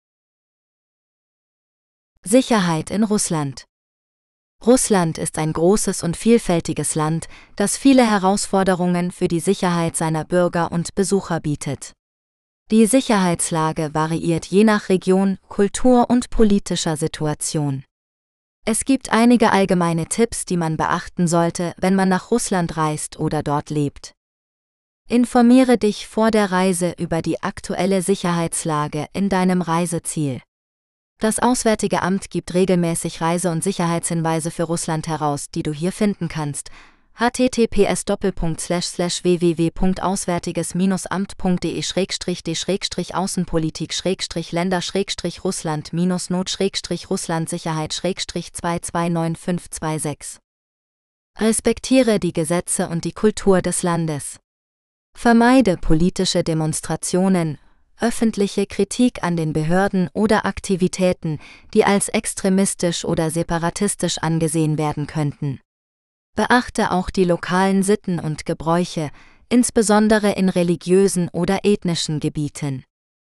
Sicherheit in Russland. Russland ist ein großes und vielfältiges Land, das viele Herausforderungen für die Sicherheit seiner Bürger und Besucher bietet. Die Sicherheitslage variiert je nach Region, Kultur und politischer Situation. Es gibt einige allgemeine Tipps, die man beachten sollte, wenn man nach Russland reist oder dort lebt. Informiere dich vor der Reise über die aktuelle Sicherheitslage in deinem Reiseziel. Das Auswärtige Amt gibt regelmäßig Reise- und Sicherheitshinweise für Russland heraus, die du hier finden kannst. h t t p s doppelpunkt slash slash w w w punkt auswärtiges amt punkt d e schrägstrich d schrägstrich außenpolitik schrägstrich länder schrägstrich russland not schrägstrich russlandsicherheit schrägstrich zwei zwei neun fünf zwei sechs. Respektiere die Gesetze und die Kultur des Landes. Vermeide politische Demonstrationen, öffentliche Kritik an den Behörden oder Aktivitäten, die als extremistisch oder separatistisch angesehen werden könnten. Beachte auch die lokalen Sitten und Gebräuche, insbesondere in religiösen oder ethnischen Gebieten.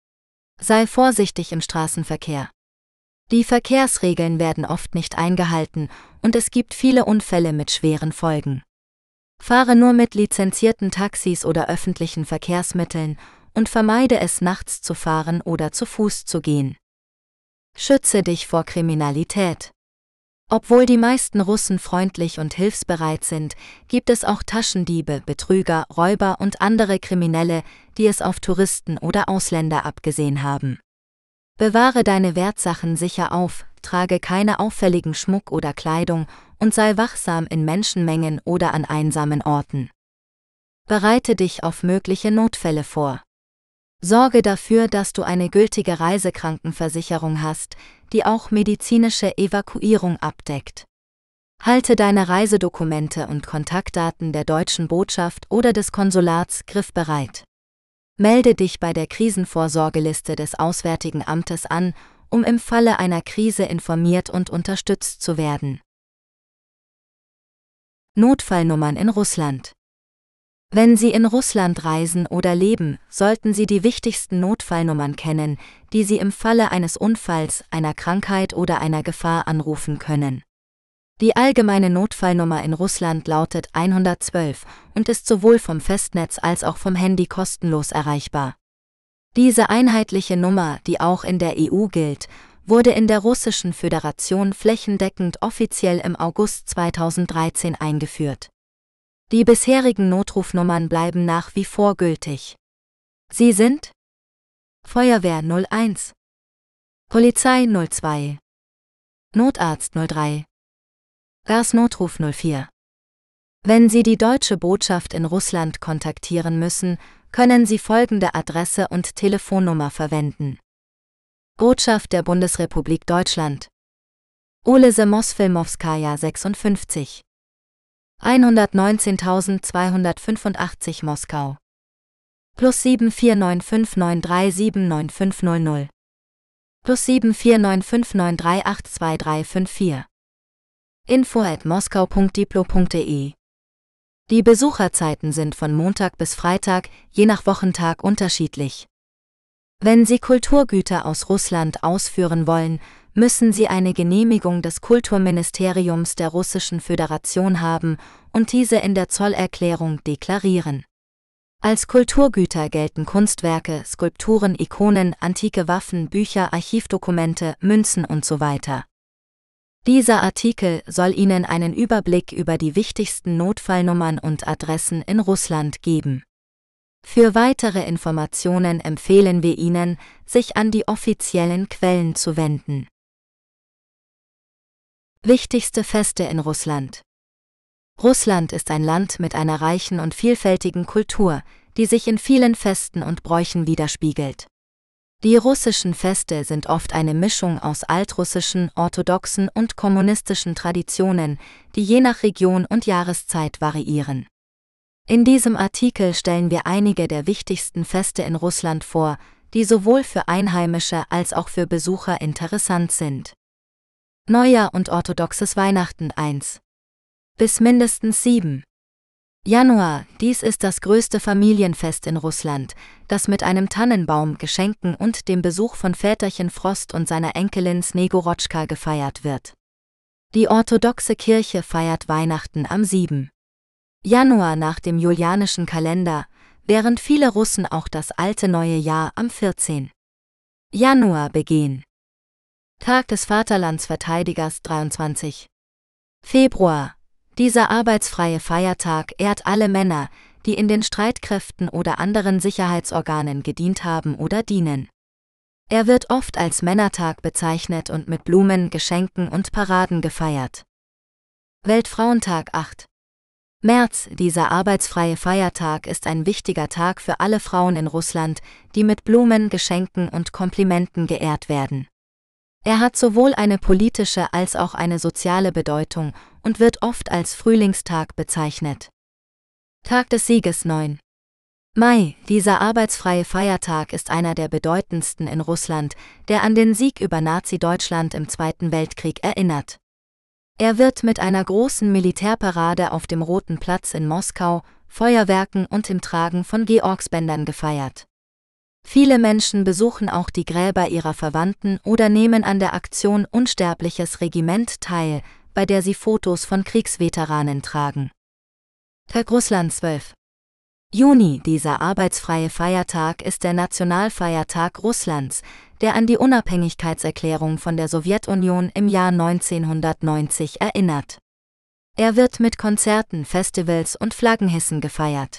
Sei vorsichtig im Straßenverkehr. Die Verkehrsregeln werden oft nicht eingehalten und es gibt viele Unfälle mit schweren Folgen. Fahre nur mit lizenzierten Taxis oder öffentlichen Verkehrsmitteln und vermeide es, nachts zu fahren oder zu Fuß zu gehen. Schütze dich vor Kriminalität. Obwohl die meisten Russen freundlich und hilfsbereit sind, gibt es auch Taschendiebe, Betrüger, Räuber und andere Kriminelle, die es auf Touristen oder Ausländer abgesehen haben. Bewahre deine Wertsachen sicher auf, trage keine auffälligen Schmuck oder Kleidung und sei wachsam in Menschenmengen oder an einsamen Orten. Bereite dich auf mögliche Notfälle vor. Sorge dafür, dass du eine gültige Reisekrankenversicherung hast, die auch medizinische Evakuierung abdeckt. Halte deine Reisedokumente und Kontaktdaten der deutschen Botschaft oder des Konsulats griffbereit. Melde dich bei der Krisenvorsorgeliste des Auswärtigen Amtes an, um im Falle einer Krise informiert und unterstützt zu werden. Notfallnummern in Russland. Wenn Sie in Russland reisen oder leben, sollten Sie die wichtigsten Notfallnummern kennen, die Sie im Falle eines Unfalls, einer Krankheit oder einer Gefahr anrufen können. Die allgemeine Notfallnummer in Russland lautet hundertzwölf und ist sowohl vom Festnetz als auch vom Handy kostenlos erreichbar. Diese einheitliche Nummer, die auch in der E U gilt, wurde in der Russischen Föderation flächendeckend offiziell im August zweitausenddreizehn eingeführt. Die bisherigen Notrufnummern bleiben nach wie vor gültig. Sie sind Feuerwehr null eins, Polizei null zwei, Notarzt null drei, Gasnotruf null vier. Wenn Sie die deutsche Botschaft in Russland kontaktieren müssen, können Sie folgende Adresse und Telefonnummer verwenden. Botschaft der Bundesrepublik Deutschland. Ulice Mosfilmowskaja sechsundfünfzig. hundertneunzehntausendzweihundertfünfundachtzig Moskau. Plus sieben vier neun fünf neun drei sieben neun fünf null null. Plus sieben vier neun fünf neun drei acht zwei drei fünf vier. info at moskau punkt diplo punkt de. Die Besucherzeiten sind von Montag bis Freitag, je nach Wochentag unterschiedlich. Wenn Sie Kulturgüter aus Russland ausführen wollen, müssen Sie eine Genehmigung des Kulturministeriums der Russischen Föderation haben und diese in der Zollerklärung deklarieren. Als Kulturgüter gelten Kunstwerke, Skulpturen, Ikonen, antike Waffen, Bücher, Archivdokumente, Münzen und so weiter. Dieser Artikel soll Ihnen einen Überblick über die wichtigsten Notfallnummern und Adressen in Russland geben. Für weitere Informationen empfehlen wir Ihnen, sich an die offiziellen Quellen zu wenden. Wichtigste Feste in Russland. Russland ist ein Land mit einer reichen und vielfältigen Kultur, die sich in vielen Festen und Bräuchen widerspiegelt. Die russischen Feste sind oft eine Mischung aus altrussischen, orthodoxen und kommunistischen Traditionen, die je nach Region und Jahreszeit variieren. In diesem Artikel stellen wir einige der wichtigsten Feste in Russland vor, die sowohl für Einheimische als auch für Besucher interessant sind. Neujahr und orthodoxes Weihnachten eins bis mindestens sieben. Januar, dies ist das größte Familienfest in Russland, das mit einem Tannenbaum, Geschenken und dem Besuch von Väterchen Frost und seiner Enkelin Snegurochka gefeiert wird. Die orthodoxe Kirche feiert Weihnachten am siebten Januar nach dem julianischen Kalender, während viele Russen auch das alte neue Jahr am vierzehnten Januar begehen. Tag des Vaterlandsverteidigers dreiundzwanzigster Februar. Dieser arbeitsfreie Feiertag ehrt alle Männer, die in den Streitkräften oder anderen Sicherheitsorganen gedient haben oder dienen. Er wird oft als Männertag bezeichnet und mit Blumen, Geschenken und Paraden gefeiert. Weltfrauentag achter März. Dieser arbeitsfreie Feiertag ist ein wichtiger Tag für alle Frauen in Russland, die mit Blumen, Geschenken und Komplimenten geehrt werden. Er hat sowohl eine politische als auch eine soziale Bedeutung und wird oft als Frühlingstag bezeichnet. Tag des Sieges neunter Mai. Dieser arbeitsfreie Feiertag ist einer der bedeutendsten in Russland, der an den Sieg über Nazi-Deutschland im Zweiten Weltkrieg erinnert. Er wird mit einer großen Militärparade auf dem Roten Platz in Moskau, Feuerwerken und dem Tragen von Georgsbändern gefeiert. Viele Menschen besuchen auch die Gräber ihrer Verwandten oder nehmen an der Aktion Unsterbliches Regiment teil, bei der sie Fotos von Kriegsveteranen tragen. Tag Russland zwölfter Juni. Dieser arbeitsfreie Feiertag ist der Nationalfeiertag Russlands, der an die Unabhängigkeitserklärung von der Sowjetunion im Jahr neunzehnhundertneunzig erinnert. Er wird mit Konzerten, Festivals und Flaggenhissen gefeiert.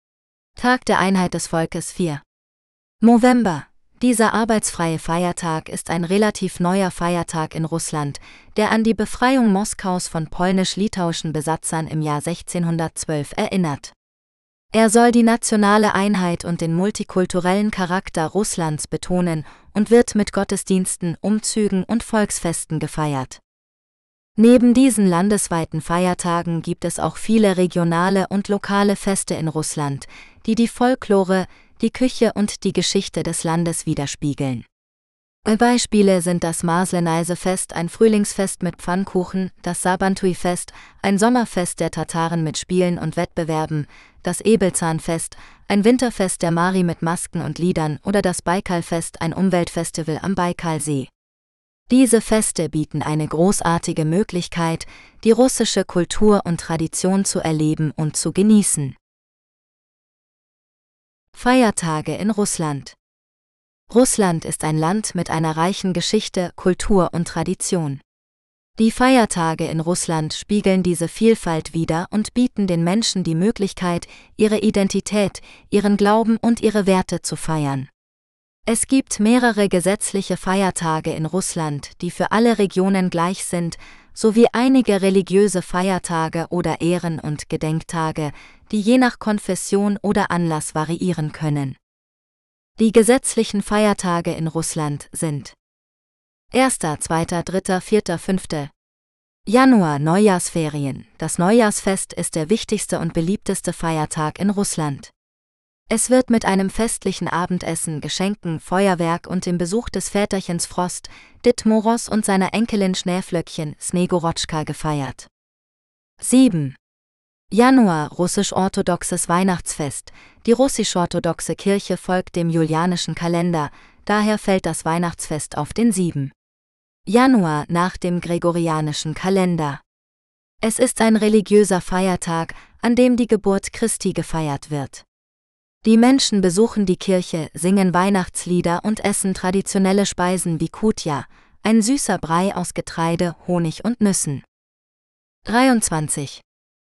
Tag der Einheit des Volkes vierter November. Dieser arbeitsfreie Feiertag ist ein relativ neuer Feiertag in Russland, der an die Befreiung Moskaus von polnisch-litauischen Besatzern im Jahr sechzehnhundertzwölf erinnert. Er soll die nationale Einheit und den multikulturellen Charakter Russlands betonen und wird mit Gottesdiensten, Umzügen und Volksfesten gefeiert. Neben diesen landesweiten Feiertagen gibt es auch viele regionale und lokale Feste in Russland, die die Folklore, die Küche und die Geschichte des Landes widerspiegeln. Beispiele sind das Masleneise-Fest, ein Frühlingsfest mit Pfannkuchen, das Sabantui-Fest, ein Sommerfest der Tataren mit Spielen und Wettbewerben, das Ebelzahnfest, ein Winterfest der Mari mit Masken und Liedern oder das Baikalfest, ein Umweltfestival am Baikalsee. Diese Feste bieten eine großartige Möglichkeit, die russische Kultur und Tradition zu erleben und zu genießen. Feiertage in Russland. Russland ist ein Land mit einer reichen Geschichte, Kultur und Tradition. Die Feiertage in Russland spiegeln diese Vielfalt wider und bieten den Menschen die Möglichkeit, ihre Identität, ihren Glauben und ihre Werte zu feiern. Es gibt mehrere gesetzliche Feiertage in Russland, die für alle Regionen gleich sind, sowie einige religiöse Feiertage oder Ehren- und Gedenktage, die je nach Konfession oder Anlass variieren können. Die gesetzlichen Feiertage in Russland sind erster, zweiter, dritter, vierter, fünfter Januar Neujahrsferien. Das Neujahrsfest ist der wichtigste und beliebteste Feiertag in Russland. Es wird mit einem festlichen Abendessen, Geschenken, Feuerwerk und dem Besuch des Väterchens Frost, Ded Moroz und seiner Enkelin Schneeflöckchen, Snegorotschka gefeiert. siebter Januar Russisch-orthodoxes Weihnachtsfest. Die russisch-orthodoxe Kirche folgt dem julianischen Kalender, daher fällt das Weihnachtsfest auf den siebten Januar nach dem gregorianischen Kalender. Es ist ein religiöser Feiertag, an dem die Geburt Christi gefeiert wird. Die Menschen besuchen die Kirche, singen Weihnachtslieder und essen traditionelle Speisen wie Kutja, ein süßer Brei aus Getreide, Honig und Nüssen. dreiundzwanzigster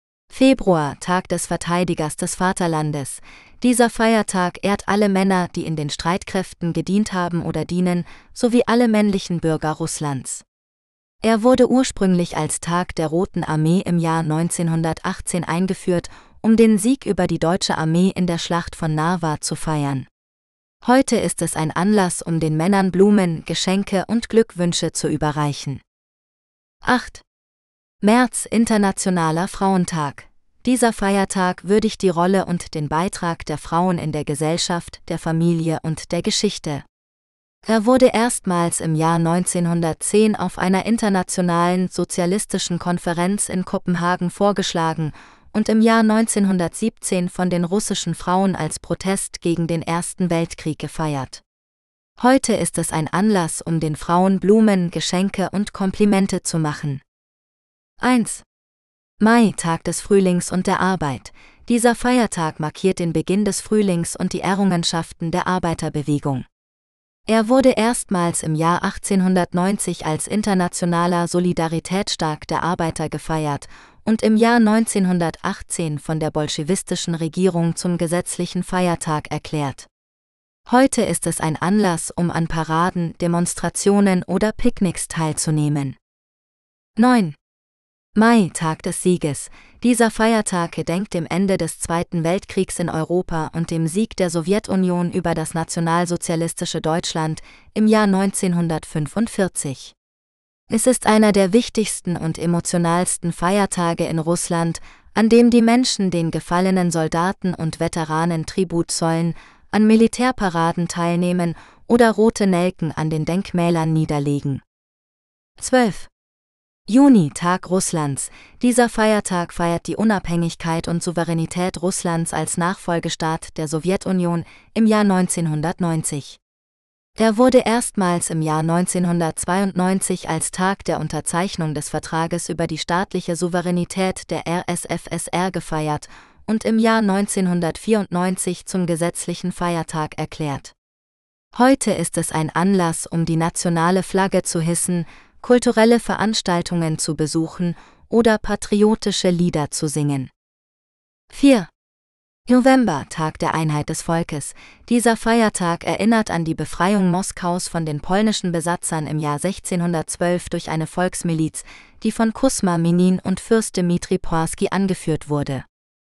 Februar, Tag des Verteidigers des Vaterlandes. Dieser Feiertag ehrt alle Männer, die in den Streitkräften gedient haben oder dienen, sowie alle männlichen Bürger Russlands. Er wurde ursprünglich als Tag der Roten Armee im Jahr neunzehnhundertachtzehn eingeführt, um den Sieg über die deutsche Armee in der Schlacht von Narva zu feiern. Heute ist es ein Anlass, um den Männern Blumen, Geschenke und Glückwünsche zu überreichen. achter März, Internationaler Frauentag. Dieser Feiertag würdigt die Rolle und den Beitrag der Frauen in der Gesellschaft, der Familie und der Geschichte. Er wurde erstmals im Jahr neunzehnhundertzehn auf einer internationalen sozialistischen Konferenz in Kopenhagen vorgeschlagen und im Jahr neunzehnhundertsiebzehn von den russischen Frauen als Protest gegen den Ersten Weltkrieg gefeiert. Heute ist es ein Anlass, um den Frauen Blumen, Geschenke und Komplimente zu machen. erster Mai, Tag des Frühlings und der Arbeit. Dieser Feiertag markiert den Beginn des Frühlings und die Errungenschaften der Arbeiterbewegung. Er wurde erstmals im Jahr achtzehnhundertneunzig als Internationaler Solidaritätstag der Arbeiter gefeiert und im Jahr neunzehnhundertachtzehn von der bolschewistischen Regierung zum gesetzlichen Feiertag erklärt. Heute ist es ein Anlass, um an Paraden, Demonstrationen oder Picknicks teilzunehmen. neunter Mai, Tag des Sieges. Dieser Feiertag gedenkt dem Ende des Zweiten Weltkriegs in Europa und dem Sieg der Sowjetunion über das nationalsozialistische Deutschland im Jahr neunzehnhundertfünfundvierzig. Es ist einer der wichtigsten und emotionalsten Feiertage in Russland, an dem die Menschen den gefallenen Soldaten und Veteranen Tribut zollen, an Militärparaden teilnehmen oder rote Nelken an den Denkmälern niederlegen. zwölfter Juni, Tag Russlands. Dieser Feiertag feiert die Unabhängigkeit und Souveränität Russlands als Nachfolgestaat der Sowjetunion im Jahr neunzehnhundertneunzig. Er wurde erstmals im Jahr neunzehnhundertzweiundneunzig als Tag der Unterzeichnung des Vertrages über die staatliche Souveränität der R S F S R gefeiert und im Jahr neunzehnhundertvierundneunzig zum gesetzlichen Feiertag erklärt. Heute ist es ein Anlass, um die nationale Flagge zu hissen, kulturelle Veranstaltungen zu besuchen oder patriotische Lieder zu singen. vierter November, Tag der Einheit des Volkes. Dieser Feiertag erinnert an die Befreiung Moskaus von den polnischen Besatzern im Jahr sechzehnhundertzwölf durch eine Volksmiliz, die von Kusma Minin und Fürst Dmitri Porsky angeführt wurde.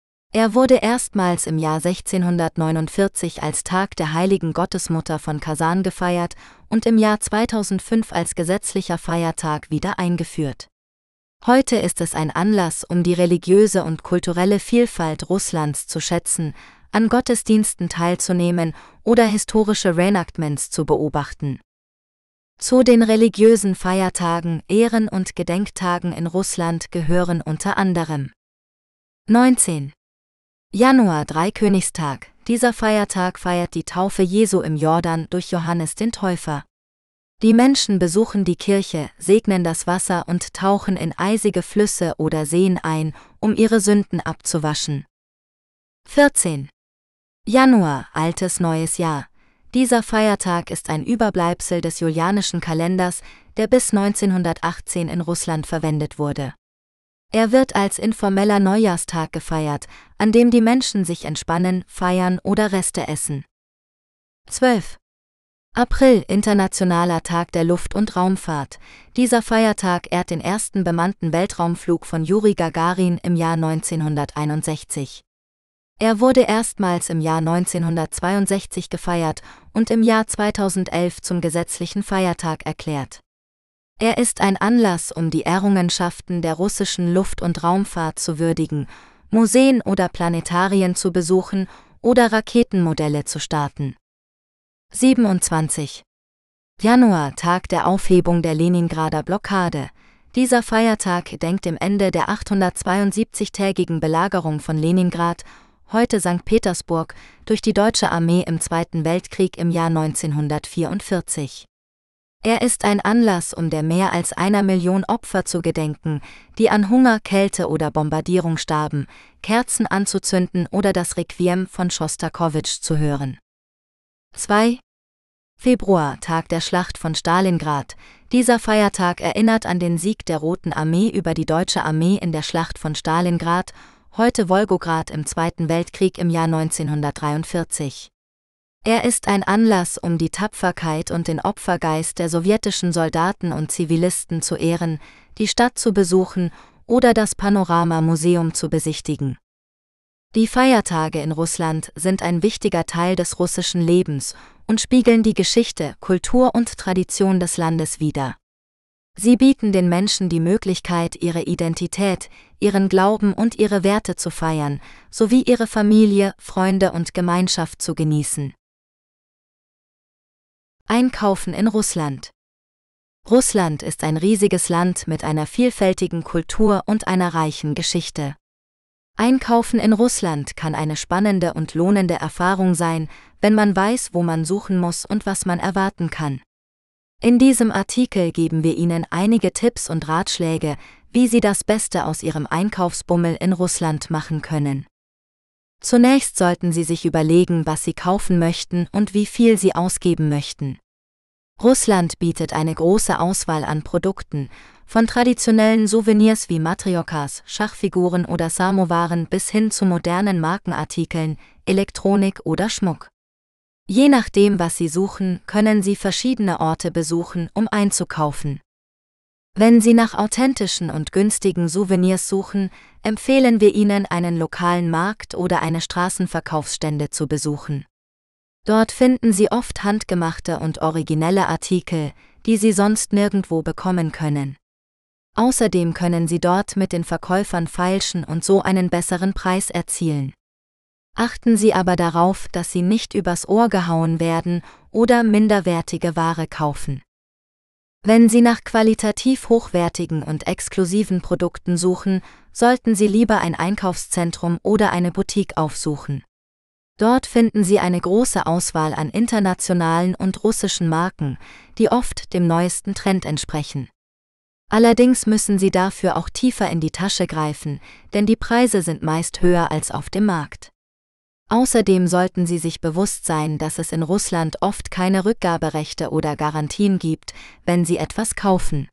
Er wurde erstmals im Jahr sechzehnhundertneunundvierzig als Tag der Heiligen Gottesmutter von Kasan gefeiert und im Jahr zweitausendfünf als gesetzlicher Feiertag wieder eingeführt. Heute ist es ein Anlass, um die religiöse und kulturelle Vielfalt Russlands zu schätzen, an Gottesdiensten teilzunehmen oder historische Reenactments zu beobachten. Zu den religiösen Feiertagen, Ehren- und Gedenktagen in Russland gehören unter anderem neunzehnter Januar, Dreikönigstag. Dieser Feiertag feiert die Taufe Jesu im Jordan durch Johannes den Täufer. Die Menschen besuchen die Kirche, segnen das Wasser und tauchen in eisige Flüsse oder Seen ein, um ihre Sünden abzuwaschen. vierzehnter Januar, Altes Neues Jahr. Dieser Feiertag ist ein Überbleibsel des julianischen Kalenders, der bis neunzehnhundertachtzehn in Russland verwendet wurde. Er wird als informeller Neujahrstag gefeiert, an dem die Menschen sich entspannen, feiern oder Reste essen. zwölfter April, Internationaler Tag der Luft- und Raumfahrt. Dieser Feiertag ehrt den ersten bemannten Weltraumflug von Juri Gagarin im Jahr neunzehnhunderteinundsechzig. Er wurde erstmals im Jahr neunzehnhundertzweiundsechzig gefeiert und im Jahr zweitausendelf zum gesetzlichen Feiertag erklärt. Er ist ein Anlass, um die Errungenschaften der russischen Luft- und Raumfahrt zu würdigen, Museen oder Planetarien zu besuchen oder Raketenmodelle zu starten. siebenundzwanzigster Januar, Tag der Aufhebung der Leningrader Blockade. Dieser Feiertag gedenkt dem Ende der achthundertzweiundsiebzig-tägigen Belagerung von Leningrad, heute Sankt Petersburg, durch die deutsche Armee im Zweiten Weltkrieg im Jahr neunzehnhundertvierundvierzig. Er ist ein Anlass, um der mehr als einer Million Opfer zu gedenken, die an Hunger, Kälte oder Bombardierung starben, Kerzen anzuzünden oder das Requiem von Schostakowitsch zu hören. zweiter Februar, Tag der Schlacht von Stalingrad. Dieser Feiertag erinnert an den Sieg der Roten Armee über die deutsche Armee in der Schlacht von Stalingrad, heute Wolgograd im Zweiten Weltkrieg im Jahr neunzehnhundertdreiundvierzig. Er ist ein Anlass, um die Tapferkeit und den Opfergeist der sowjetischen Soldaten und Zivilisten zu ehren, die Stadt zu besuchen oder das Panorama-Museum zu besichtigen. Die Feiertage in Russland sind ein wichtiger Teil des russischen Lebens und spiegeln die Geschichte, Kultur und Tradition des Landes wider. Sie bieten den Menschen die Möglichkeit, ihre Identität, ihren Glauben und ihre Werte zu feiern, sowie ihre Familie, Freunde und Gemeinschaft zu genießen. Einkaufen in Russland. Russland ist ein riesiges Land mit einer vielfältigen Kultur und einer reichen Geschichte. Einkaufen in Russland kann eine spannende und lohnende Erfahrung sein, wenn man weiß, wo man suchen muss und was man erwarten kann. In diesem Artikel geben wir Ihnen einige Tipps und Ratschläge, wie Sie das Beste aus Ihrem Einkaufsbummel in Russland machen können. Zunächst sollten Sie sich überlegen, was Sie kaufen möchten und wie viel Sie ausgeben möchten. Russland bietet eine große Auswahl an Produkten, von traditionellen Souvenirs wie Matrjokas, Schachfiguren oder Samowaren bis hin zu modernen Markenartikeln, Elektronik oder Schmuck. Je nachdem, was Sie suchen, können Sie verschiedene Orte besuchen, um einzukaufen. Wenn Sie nach authentischen und günstigen Souvenirs suchen, empfehlen wir Ihnen, einen lokalen Markt oder eine Straßenverkaufsstände zu besuchen. Dort finden Sie oft handgemachte und originelle Artikel, die Sie sonst nirgendwo bekommen können. Außerdem können Sie dort mit den Verkäufern feilschen und so einen besseren Preis erzielen. Achten Sie aber darauf, dass Sie nicht übers Ohr gehauen werden oder minderwertige Ware kaufen. Wenn Sie nach qualitativ hochwertigen und exklusiven Produkten suchen, sollten Sie lieber ein Einkaufszentrum oder eine Boutique aufsuchen. Dort finden Sie eine große Auswahl an internationalen und russischen Marken, die oft dem neuesten Trend entsprechen. Allerdings müssen Sie dafür auch tiefer in die Tasche greifen, denn die Preise sind meist höher als auf dem Markt. Außerdem sollten Sie sich bewusst sein, dass es in Russland oft keine Rückgaberechte oder Garantien gibt, wenn Sie etwas kaufen.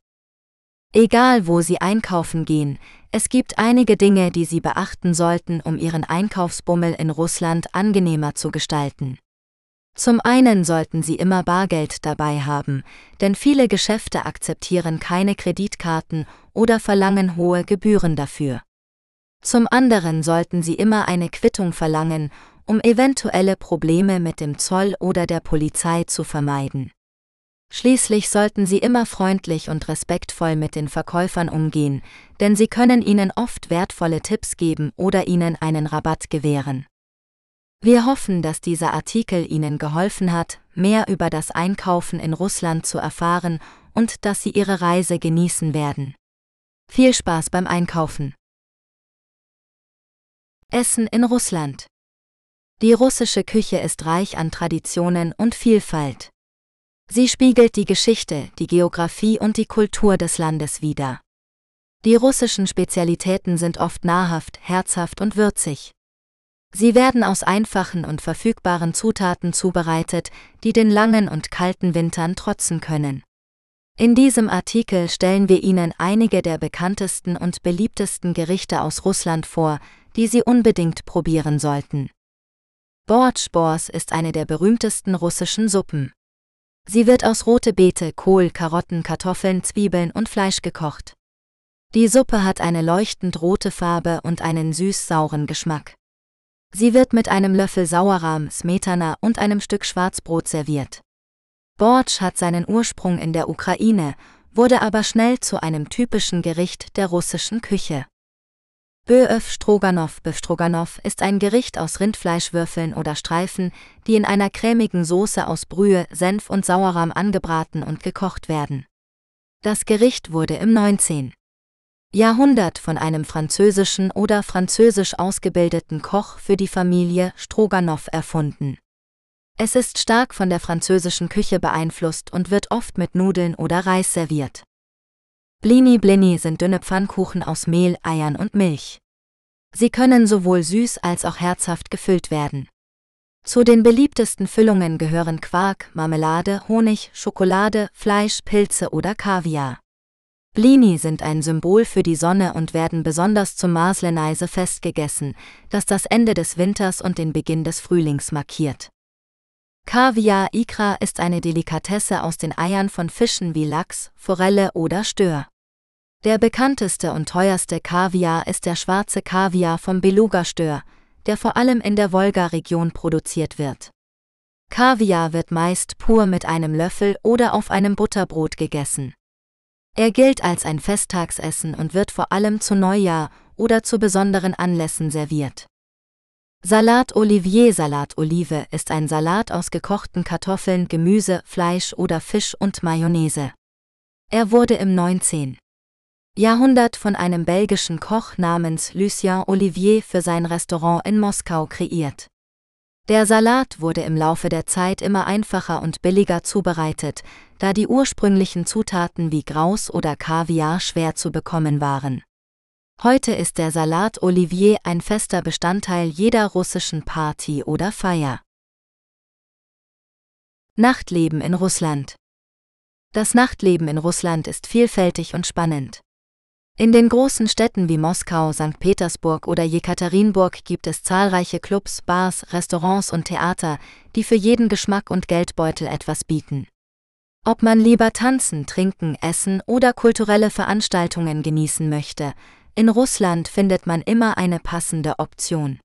Egal wo Sie einkaufen gehen, es gibt einige Dinge, die Sie beachten sollten, um Ihren Einkaufsbummel in Russland angenehmer zu gestalten. Zum einen sollten Sie immer Bargeld dabei haben, denn viele Geschäfte akzeptieren keine Kreditkarten oder verlangen hohe Gebühren dafür. Zum anderen sollten Sie immer eine Quittung verlangen, um eventuelle Probleme mit dem Zoll oder der Polizei zu vermeiden. Schließlich sollten Sie immer freundlich und respektvoll mit den Verkäufern umgehen, denn sie können Ihnen oft wertvolle Tipps geben oder Ihnen einen Rabatt gewähren. Wir hoffen, dass dieser Artikel Ihnen geholfen hat, mehr über das Einkaufen in Russland zu erfahren und dass Sie Ihre Reise genießen werden. Viel Spaß beim Einkaufen! Essen in Russland. Die russische Küche ist reich an Traditionen und Vielfalt. Sie spiegelt die Geschichte, die Geographie und die Kultur des Landes wider. Die russischen Spezialitäten sind oft nahrhaft, herzhaft und würzig. Sie werden aus einfachen und verfügbaren Zutaten zubereitet, die den langen und kalten Wintern trotzen können. In diesem Artikel stellen wir Ihnen einige der bekanntesten und beliebtesten Gerichte aus Russland vor, die Sie unbedingt probieren sollten. Borsch Borsch ist eine der berühmtesten russischen Suppen. Sie wird aus rote Beete, Kohl, Karotten, Kartoffeln, Zwiebeln und Fleisch gekocht. Die Suppe hat eine leuchtend rote Farbe und einen süß-sauren Geschmack. Sie wird mit einem Löffel Sauerrahm, Smetana und einem Stück Schwarzbrot serviert. Bortsch hat seinen Ursprung in der Ukraine, wurde aber schnell zu einem typischen Gericht der russischen Küche. Bööf Stroganow Bœuf Stroganow ist ein Gericht aus Rindfleischwürfeln oder Streifen, die in einer cremigen Soße aus Brühe, Senf und Sauerrahm angebraten und gekocht werden. Das Gericht wurde im neunzehnten Jahrhundert von einem französischen oder französisch ausgebildeten Koch für die Familie Stroganow erfunden. Es ist stark von der französischen Küche beeinflusst und wird oft mit Nudeln oder Reis serviert. Blini Blini sind dünne Pfannkuchen aus Mehl, Eiern und Milch. Sie können sowohl süß als auch herzhaft gefüllt werden. Zu den beliebtesten Füllungen gehören Quark, Marmelade, Honig, Schokolade, Fleisch, Pilze oder Kaviar. Blini sind ein Symbol für die Sonne und werden besonders zum Masleneise-Fest gegessen, das das Ende des Winters und den Beginn des Frühlings markiert. Kaviar Ikra ist eine Delikatesse aus den Eiern von Fischen wie Lachs, Forelle oder Stör. Der bekannteste und teuerste Kaviar ist der schwarze Kaviar vom Beluga-Stör, der vor allem in der Wolga-Region produziert wird. Kaviar wird meist pur mit einem Löffel oder auf einem Butterbrot gegessen. Er gilt als ein Festtagsessen und wird vor allem zu Neujahr oder zu besonderen Anlässen serviert. Salat Olivier Salat Olive ist ein Salat aus gekochten Kartoffeln, Gemüse, Fleisch oder Fisch und Mayonnaise. Er wurde im neunzehnten Jahrhundert von einem belgischen Koch namens Lucien Olivier für sein Restaurant in Moskau kreiert. Der Salat wurde im Laufe der Zeit immer einfacher und billiger zubereitet, da die ursprünglichen Zutaten wie Graus oder Kaviar schwer zu bekommen waren. Heute ist der Salat Olivier ein fester Bestandteil jeder russischen Party oder Feier. Nachtleben in Russland. Das Nachtleben in Russland ist vielfältig und spannend. In den großen Städten wie Moskau, Sankt Petersburg oder Jekaterinburg gibt es zahlreiche Clubs, Bars, Restaurants und Theater, die für jeden Geschmack und Geldbeutel etwas bieten. Ob man lieber tanzen, trinken, essen oder kulturelle Veranstaltungen genießen möchte, in Russland findet man immer eine passende Option.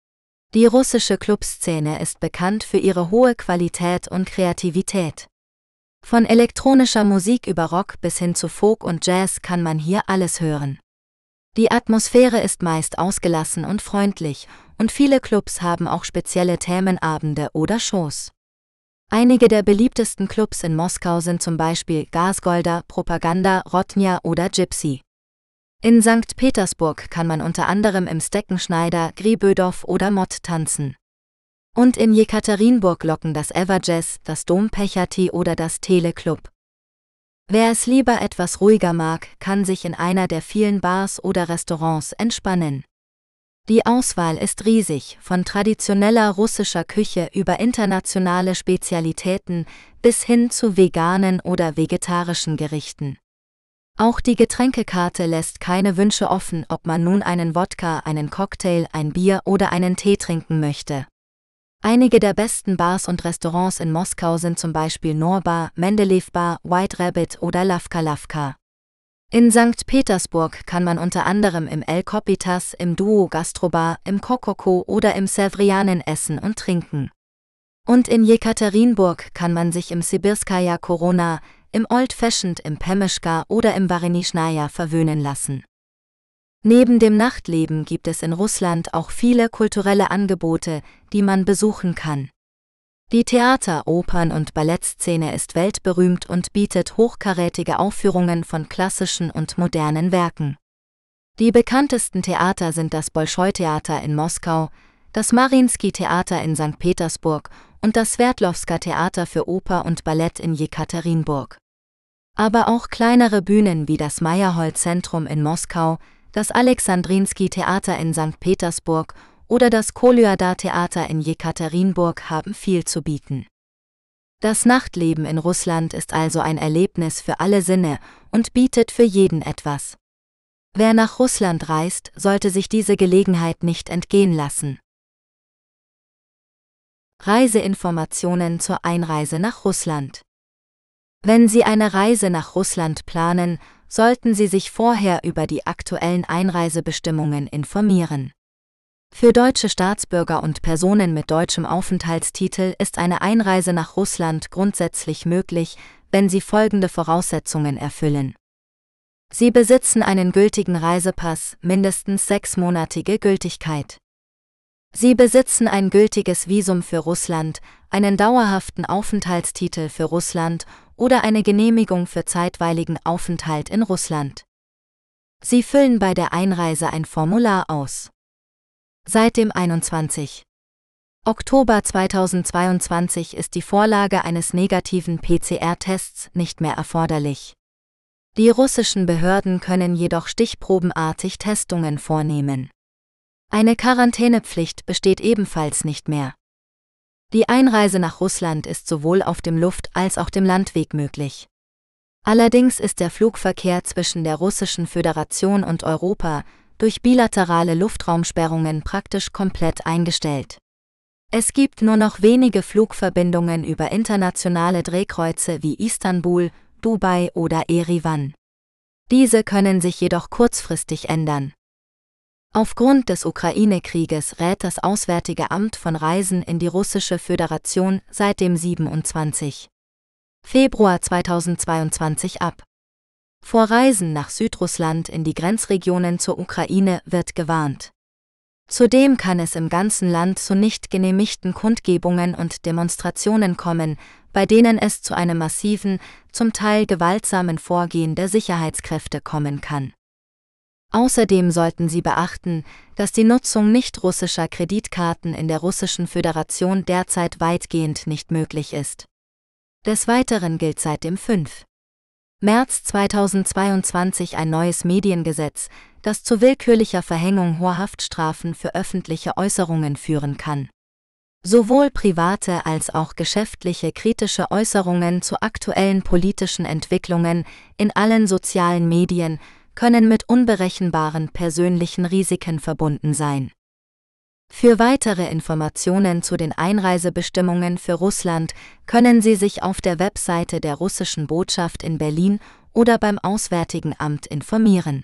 Die russische Clubszene ist bekannt für ihre hohe Qualität und Kreativität. Von elektronischer Musik über Rock bis hin zu Folk und Jazz kann man hier alles hören. Die Atmosphäre ist meist ausgelassen und freundlich, und viele Clubs haben auch spezielle Themenabende oder Shows. Einige der beliebtesten Clubs in Moskau sind zum Beispiel Gasgolda, Propaganda, Rotnja oder Gypsy. In Sankt Petersburg kann man unter anderem im Steckenschneider, Gribödow oder Mott tanzen. Und in Jekaterinburg locken das Everjazz, das Dompechati oder das Tele-Club. Wer es lieber etwas ruhiger mag, kann sich in einer der vielen Bars oder Restaurants entspannen. Die Auswahl ist riesig, von traditioneller russischer Küche über internationale Spezialitäten bis hin zu veganen oder vegetarischen Gerichten. Auch die Getränkekarte lässt keine Wünsche offen, ob man nun einen Wodka, einen Cocktail, ein Bier oder einen Tee trinken möchte. Einige der besten Bars und Restaurants in Moskau sind zum Beispiel Norbar, Mendeleev Bar, White Rabbit oder Lavka Lavka. In Sankt Petersburg kann man unter anderem im El Kopitas, im Duo Gastrobar, im Kokoko oder im Sevrianen essen und trinken. Und in Jekaterinburg kann man sich im Sibirskaya Korona, im Old Fashioned, im Pemischka oder im Varenischnaja verwöhnen lassen. Neben dem Nachtleben gibt es in Russland auch viele kulturelle Angebote, die man besuchen kann. Die Theater-, Opern- und Ballettszene ist weltberühmt und bietet hochkarätige Aufführungen von klassischen und modernen Werken. Die bekanntesten Theater sind das Bolschoi-Theater in Moskau, das Mariinsky-Theater in Sankt Petersburg und das Swerdlowska-Theater für Oper und Ballett in Jekaterinburg. Aber auch kleinere Bühnen wie das Meyerhold-Zentrum in Moskau, das Alexandrinsky-Theater in Sankt Petersburg oder das Kolyada-Theater in Jekaterinburg haben viel zu bieten. Das Nachtleben in Russland ist also ein Erlebnis für alle Sinne und bietet für jeden etwas. Wer nach Russland reist, sollte sich diese Gelegenheit nicht entgehen lassen. Reiseinformationen zur Einreise nach Russland. Wenn Sie eine Reise nach Russland planen, sollten Sie sich vorher über die aktuellen Einreisebestimmungen informieren. Für deutsche Staatsbürger und Personen mit deutschem Aufenthaltstitel ist eine Einreise nach Russland grundsätzlich möglich, wenn sie folgende Voraussetzungen erfüllen. Sie besitzen einen gültigen Reisepass, mindestens sechsmonatige Gültigkeit. Sie besitzen ein gültiges Visum für Russland, einen dauerhaften Aufenthaltstitel für Russland oder eine Genehmigung für zeitweiligen Aufenthalt in Russland. Sie füllen bei der Einreise ein Formular aus. Seit dem einundzwanzigsten Oktober zweitausendzweiundzwanzig ist die Vorlage eines negativen P C R-Tests nicht mehr erforderlich. Die russischen Behörden können jedoch stichprobenartig Testungen vornehmen. Eine Quarantänepflicht besteht ebenfalls nicht mehr. Die Einreise nach Russland ist sowohl auf dem Luft- als auch dem Landweg möglich. Allerdings ist der Flugverkehr zwischen der Russischen Föderation und Europa durch bilaterale Luftraumsperrungen praktisch komplett eingestellt. Es gibt nur noch wenige Flugverbindungen über internationale Drehkreuze wie Istanbul, Dubai oder Eriwan. Diese können sich jedoch kurzfristig ändern. Aufgrund des Ukraine-Krieges rät das Auswärtige Amt von Reisen in die Russische Föderation seit dem siebenundzwanzigsten Februar zweitausendzweiundzwanzig ab. Vor Reisen nach Südrussland in die Grenzregionen zur Ukraine wird gewarnt. Zudem kann es im ganzen Land zu nicht genehmigten Kundgebungen und Demonstrationen kommen, bei denen es zu einem massiven, zum Teil gewaltsamen Vorgehen der Sicherheitskräfte kommen kann. Außerdem sollten Sie beachten, dass die Nutzung nicht-russischer Kreditkarten in der Russischen Föderation derzeit weitgehend nicht möglich ist. Des Weiteren gilt seit dem fünften März zweitausendzweiundzwanzig ein neues Mediengesetz, das zu willkürlicher Verhängung hoher Haftstrafen für öffentliche Äußerungen führen kann. Sowohl private als auch geschäftliche kritische Äußerungen zu aktuellen politischen Entwicklungen in allen sozialen Medien können mit unberechenbaren persönlichen Risiken verbunden sein. Für weitere Informationen zu den Einreisebestimmungen für Russland können Sie sich auf der Webseite der russischen Botschaft in Berlin oder beim Auswärtigen Amt informieren.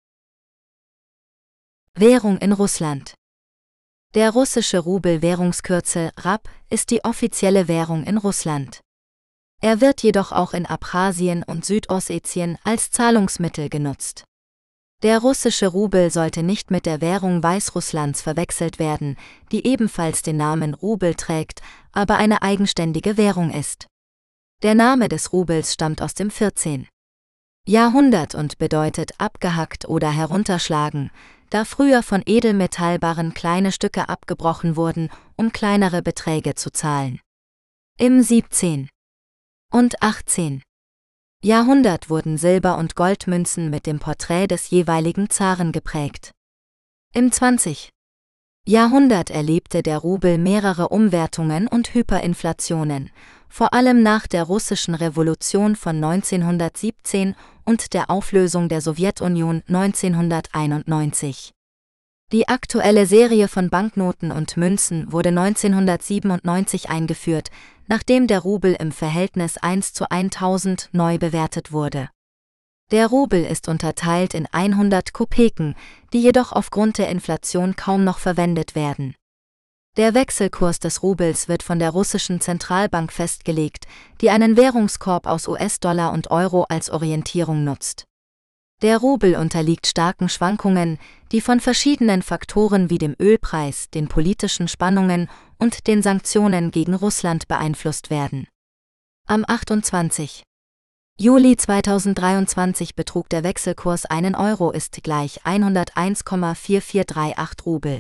Währung in Russland. Der russische Rubel, Währungskürzel R A B, ist die offizielle Währung in Russland. Er wird jedoch auch in Abchasien und Südossetien als Zahlungsmittel genutzt. Der russische Rubel sollte nicht mit der Währung Weißrusslands verwechselt werden, die ebenfalls den Namen Rubel trägt, aber eine eigenständige Währung ist. Der Name des Rubels stammt aus dem vierzehnten Jahrhundert und bedeutet abgehackt oder herunterschlagen, da früher von Edelmetallbarren kleine Stücke abgebrochen wurden, um kleinere Beträge zu zahlen. Im siebzehnten und achtzehnten Jahrhundert wurden Silber- und Goldmünzen mit dem Porträt des jeweiligen Zaren geprägt. Im zwanzigsten Jahrhundert erlebte der Rubel mehrere Umwertungen und Hyperinflationen, vor allem nach der Russischen Revolution von neunzehnhundertsiebzehn und der Auflösung der Sowjetunion neunzehnhunderteinundneunzig. Die aktuelle Serie von Banknoten und Münzen wurde neunzehnhundertsiebenundneunzig eingeführt, nachdem der Rubel im Verhältnis eins zu tausend neu bewertet wurde. Der Rubel ist unterteilt in hundert Kopeken, die jedoch aufgrund der Inflation kaum noch verwendet werden. Der Wechselkurs des Rubels wird von der russischen Zentralbank festgelegt, die einen Währungskorb aus U S-Dollar und Euro als Orientierung nutzt. Der Rubel unterliegt starken Schwankungen, die von verschiedenen Faktoren wie dem Ölpreis, den politischen Spannungen und den Sanktionen gegen Russland beeinflusst werden. Am achtundzwanzigsten Juli zweitausenddreiundzwanzig betrug der Wechselkurs ein Euro ist gleich hunderteins Komma vier vier drei acht Rubel.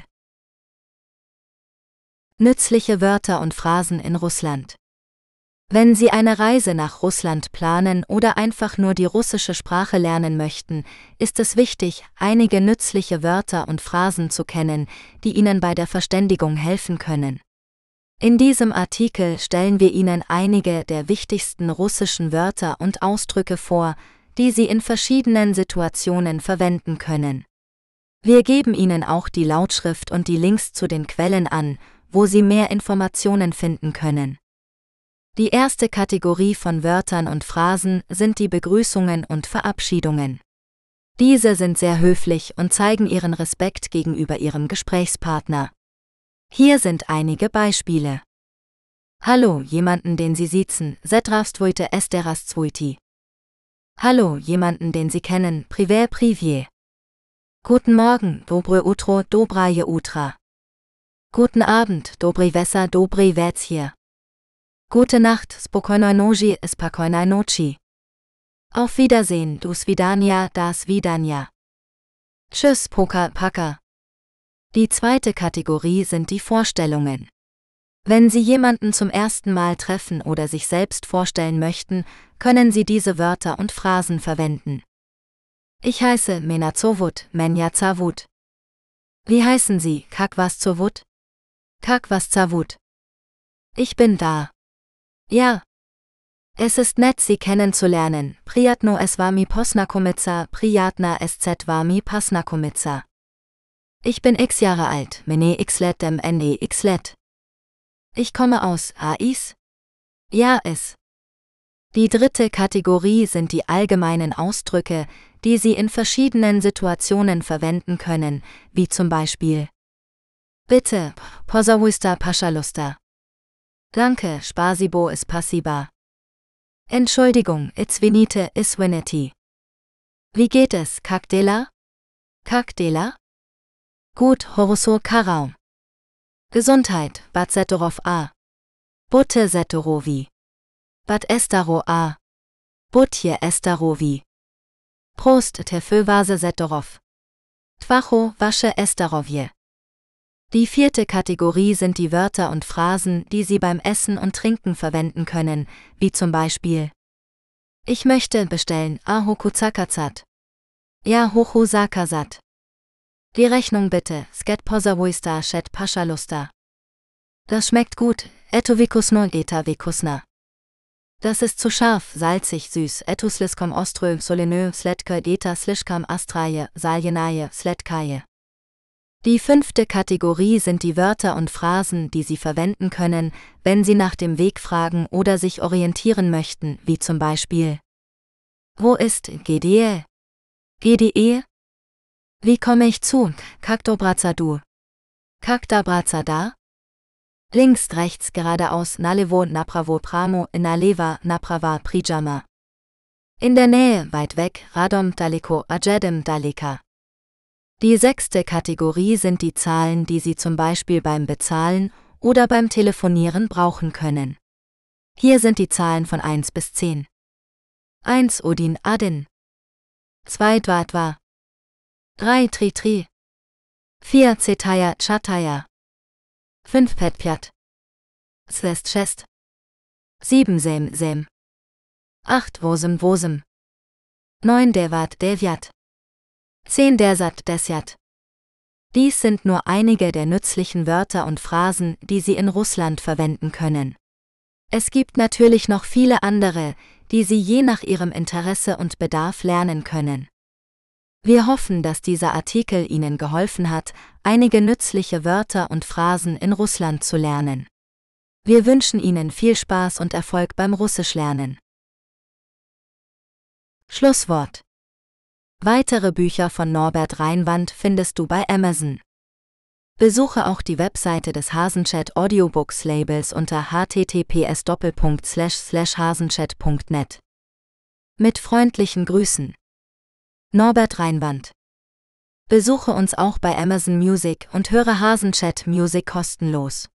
Nützliche Wörter und Phrasen in Russland. Wenn Sie eine Reise nach Russland planen oder einfach nur die russische Sprache lernen möchten, ist es wichtig, einige nützliche Wörter und Phrasen zu kennen, die Ihnen bei der Verständigung helfen können. In diesem Artikel stellen wir Ihnen einige der wichtigsten russischen Wörter und Ausdrücke vor, die Sie in verschiedenen Situationen verwenden können. Wir geben Ihnen auch die Lautschrift und die Links zu den Quellen an, wo Sie mehr Informationen finden können. Die erste Kategorie von Wörtern und Phrasen sind die Begrüßungen und Verabschiedungen. Diese sind sehr höflich und zeigen ihren Respekt gegenüber ihrem Gesprächspartner. Hier sind einige Beispiele. Hallo, jemanden, den Sie siezen, Zdravstvujte Esterastvujti. Hallo, jemanden, den Sie kennen, Privé Privier. Guten Morgen, Dobre Utro, Dobraje Utra. Guten Abend, Dobry Vesa, Dobry Vetsje. Gute Nacht, Spokojnej noji, Spokojnej noci. Auf Wiedersehen, du Svidania, das Svidania. Tschüss, Poka, Paka. Die zweite Kategorie sind die Vorstellungen. Wenn Sie jemanden zum ersten Mal treffen oder sich selbst vorstellen möchten, können Sie diese Wörter und Phrasen verwenden. Ich heiße Mena Zovut, Menja Zavut. Wie heißen Sie, Kak was Zovut? Kak was Zavut. Ich bin da. Ja. Es ist nett, Sie kennenzulernen. Priatno es vami posnakomica, Priatna es z vami pasnakomica. Ich bin x Jahre alt, Mene x let dem ne x let. Ich komme aus Ais? Ja, es. Die dritte Kategorie sind die allgemeinen Ausdrücke, die Sie in verschiedenen Situationen verwenden können, wie zum Beispiel Bitte, Pozawusta Paschalusta. Danke, Spasibo is passiba. Entschuldigung, Itzvinite isvineti. Wie geht es, Kakdela? Kakdela? Gut, Horusur Karaum. Gesundheit, Bad Setorov A. Butte Setorovi. Bad Estaro A. Butje Estarovi. Prost, Tefövase Setorov. Twacho, Wasche Estarovje. Die vierte Kategorie sind die Wörter und Phrasen, die Sie beim Essen und Trinken verwenden können, wie zum Beispiel Ich möchte bestellen, Ahokuzakazat. Ja, Hochusakasat. Die Rechnung bitte, Sket Pozawuista Shet Paschalusta. Das schmeckt gut, Etovikusno Eta Vikusna. Das ist zu scharf, salzig, süß, Etusliskom Oströ Solenö Sletke Eta Slishkam Astraje, Saljenaje, Sletkaje. Die fünfte Kategorie sind die Wörter und Phrasen, die Sie verwenden können, wenn Sie nach dem Weg fragen oder sich orientieren möchten, wie zum Beispiel Wo ist Gde? Gde? Wie komme ich zu? Kaktobraza du. Kaktabraza da? Links, rechts, geradeaus, Nalevo, Napravo, Pramo, Naleva, Naprava, Prijama. In der Nähe, weit weg, Radom, Daleko, Ajedem, Daleka. Die sechste Kategorie sind die Zahlen, die Sie zum Beispiel beim Bezahlen oder beim Telefonieren brauchen können. Hier sind die Zahlen von eins bis zehn. eins Odin Adin. zwei Dvatva. drei Tri Tri. vier Cetaya Chataya. fünf Petpjat. sechs Chest. sieben Sem Sem. acht Wosem Wosem. neun Devat Devyat. zehn Dersat Desyat. Dies sind nur einige der nützlichen Wörter und Phrasen, die Sie in Russland verwenden können. Es gibt natürlich noch viele andere, die Sie je nach Ihrem Interesse und Bedarf lernen können. Wir hoffen, dass dieser Artikel Ihnen geholfen hat, einige nützliche Wörter und Phrasen in Russland zu lernen. Wir wünschen Ihnen viel Spaß und Erfolg beim Russischlernen. Schlusswort. Weitere Bücher von Norbert Reinwand findest du bei Amazon. Besuche auch die Webseite des Hasenchat Audiobooks Labels unter h t t p s Doppelpunkt slash slash hasenchat Punkt net. Mit freundlichen Grüßen. Norbert Reinwand. Besuche uns auch bei Amazon Music und höre Hasenchat Music kostenlos.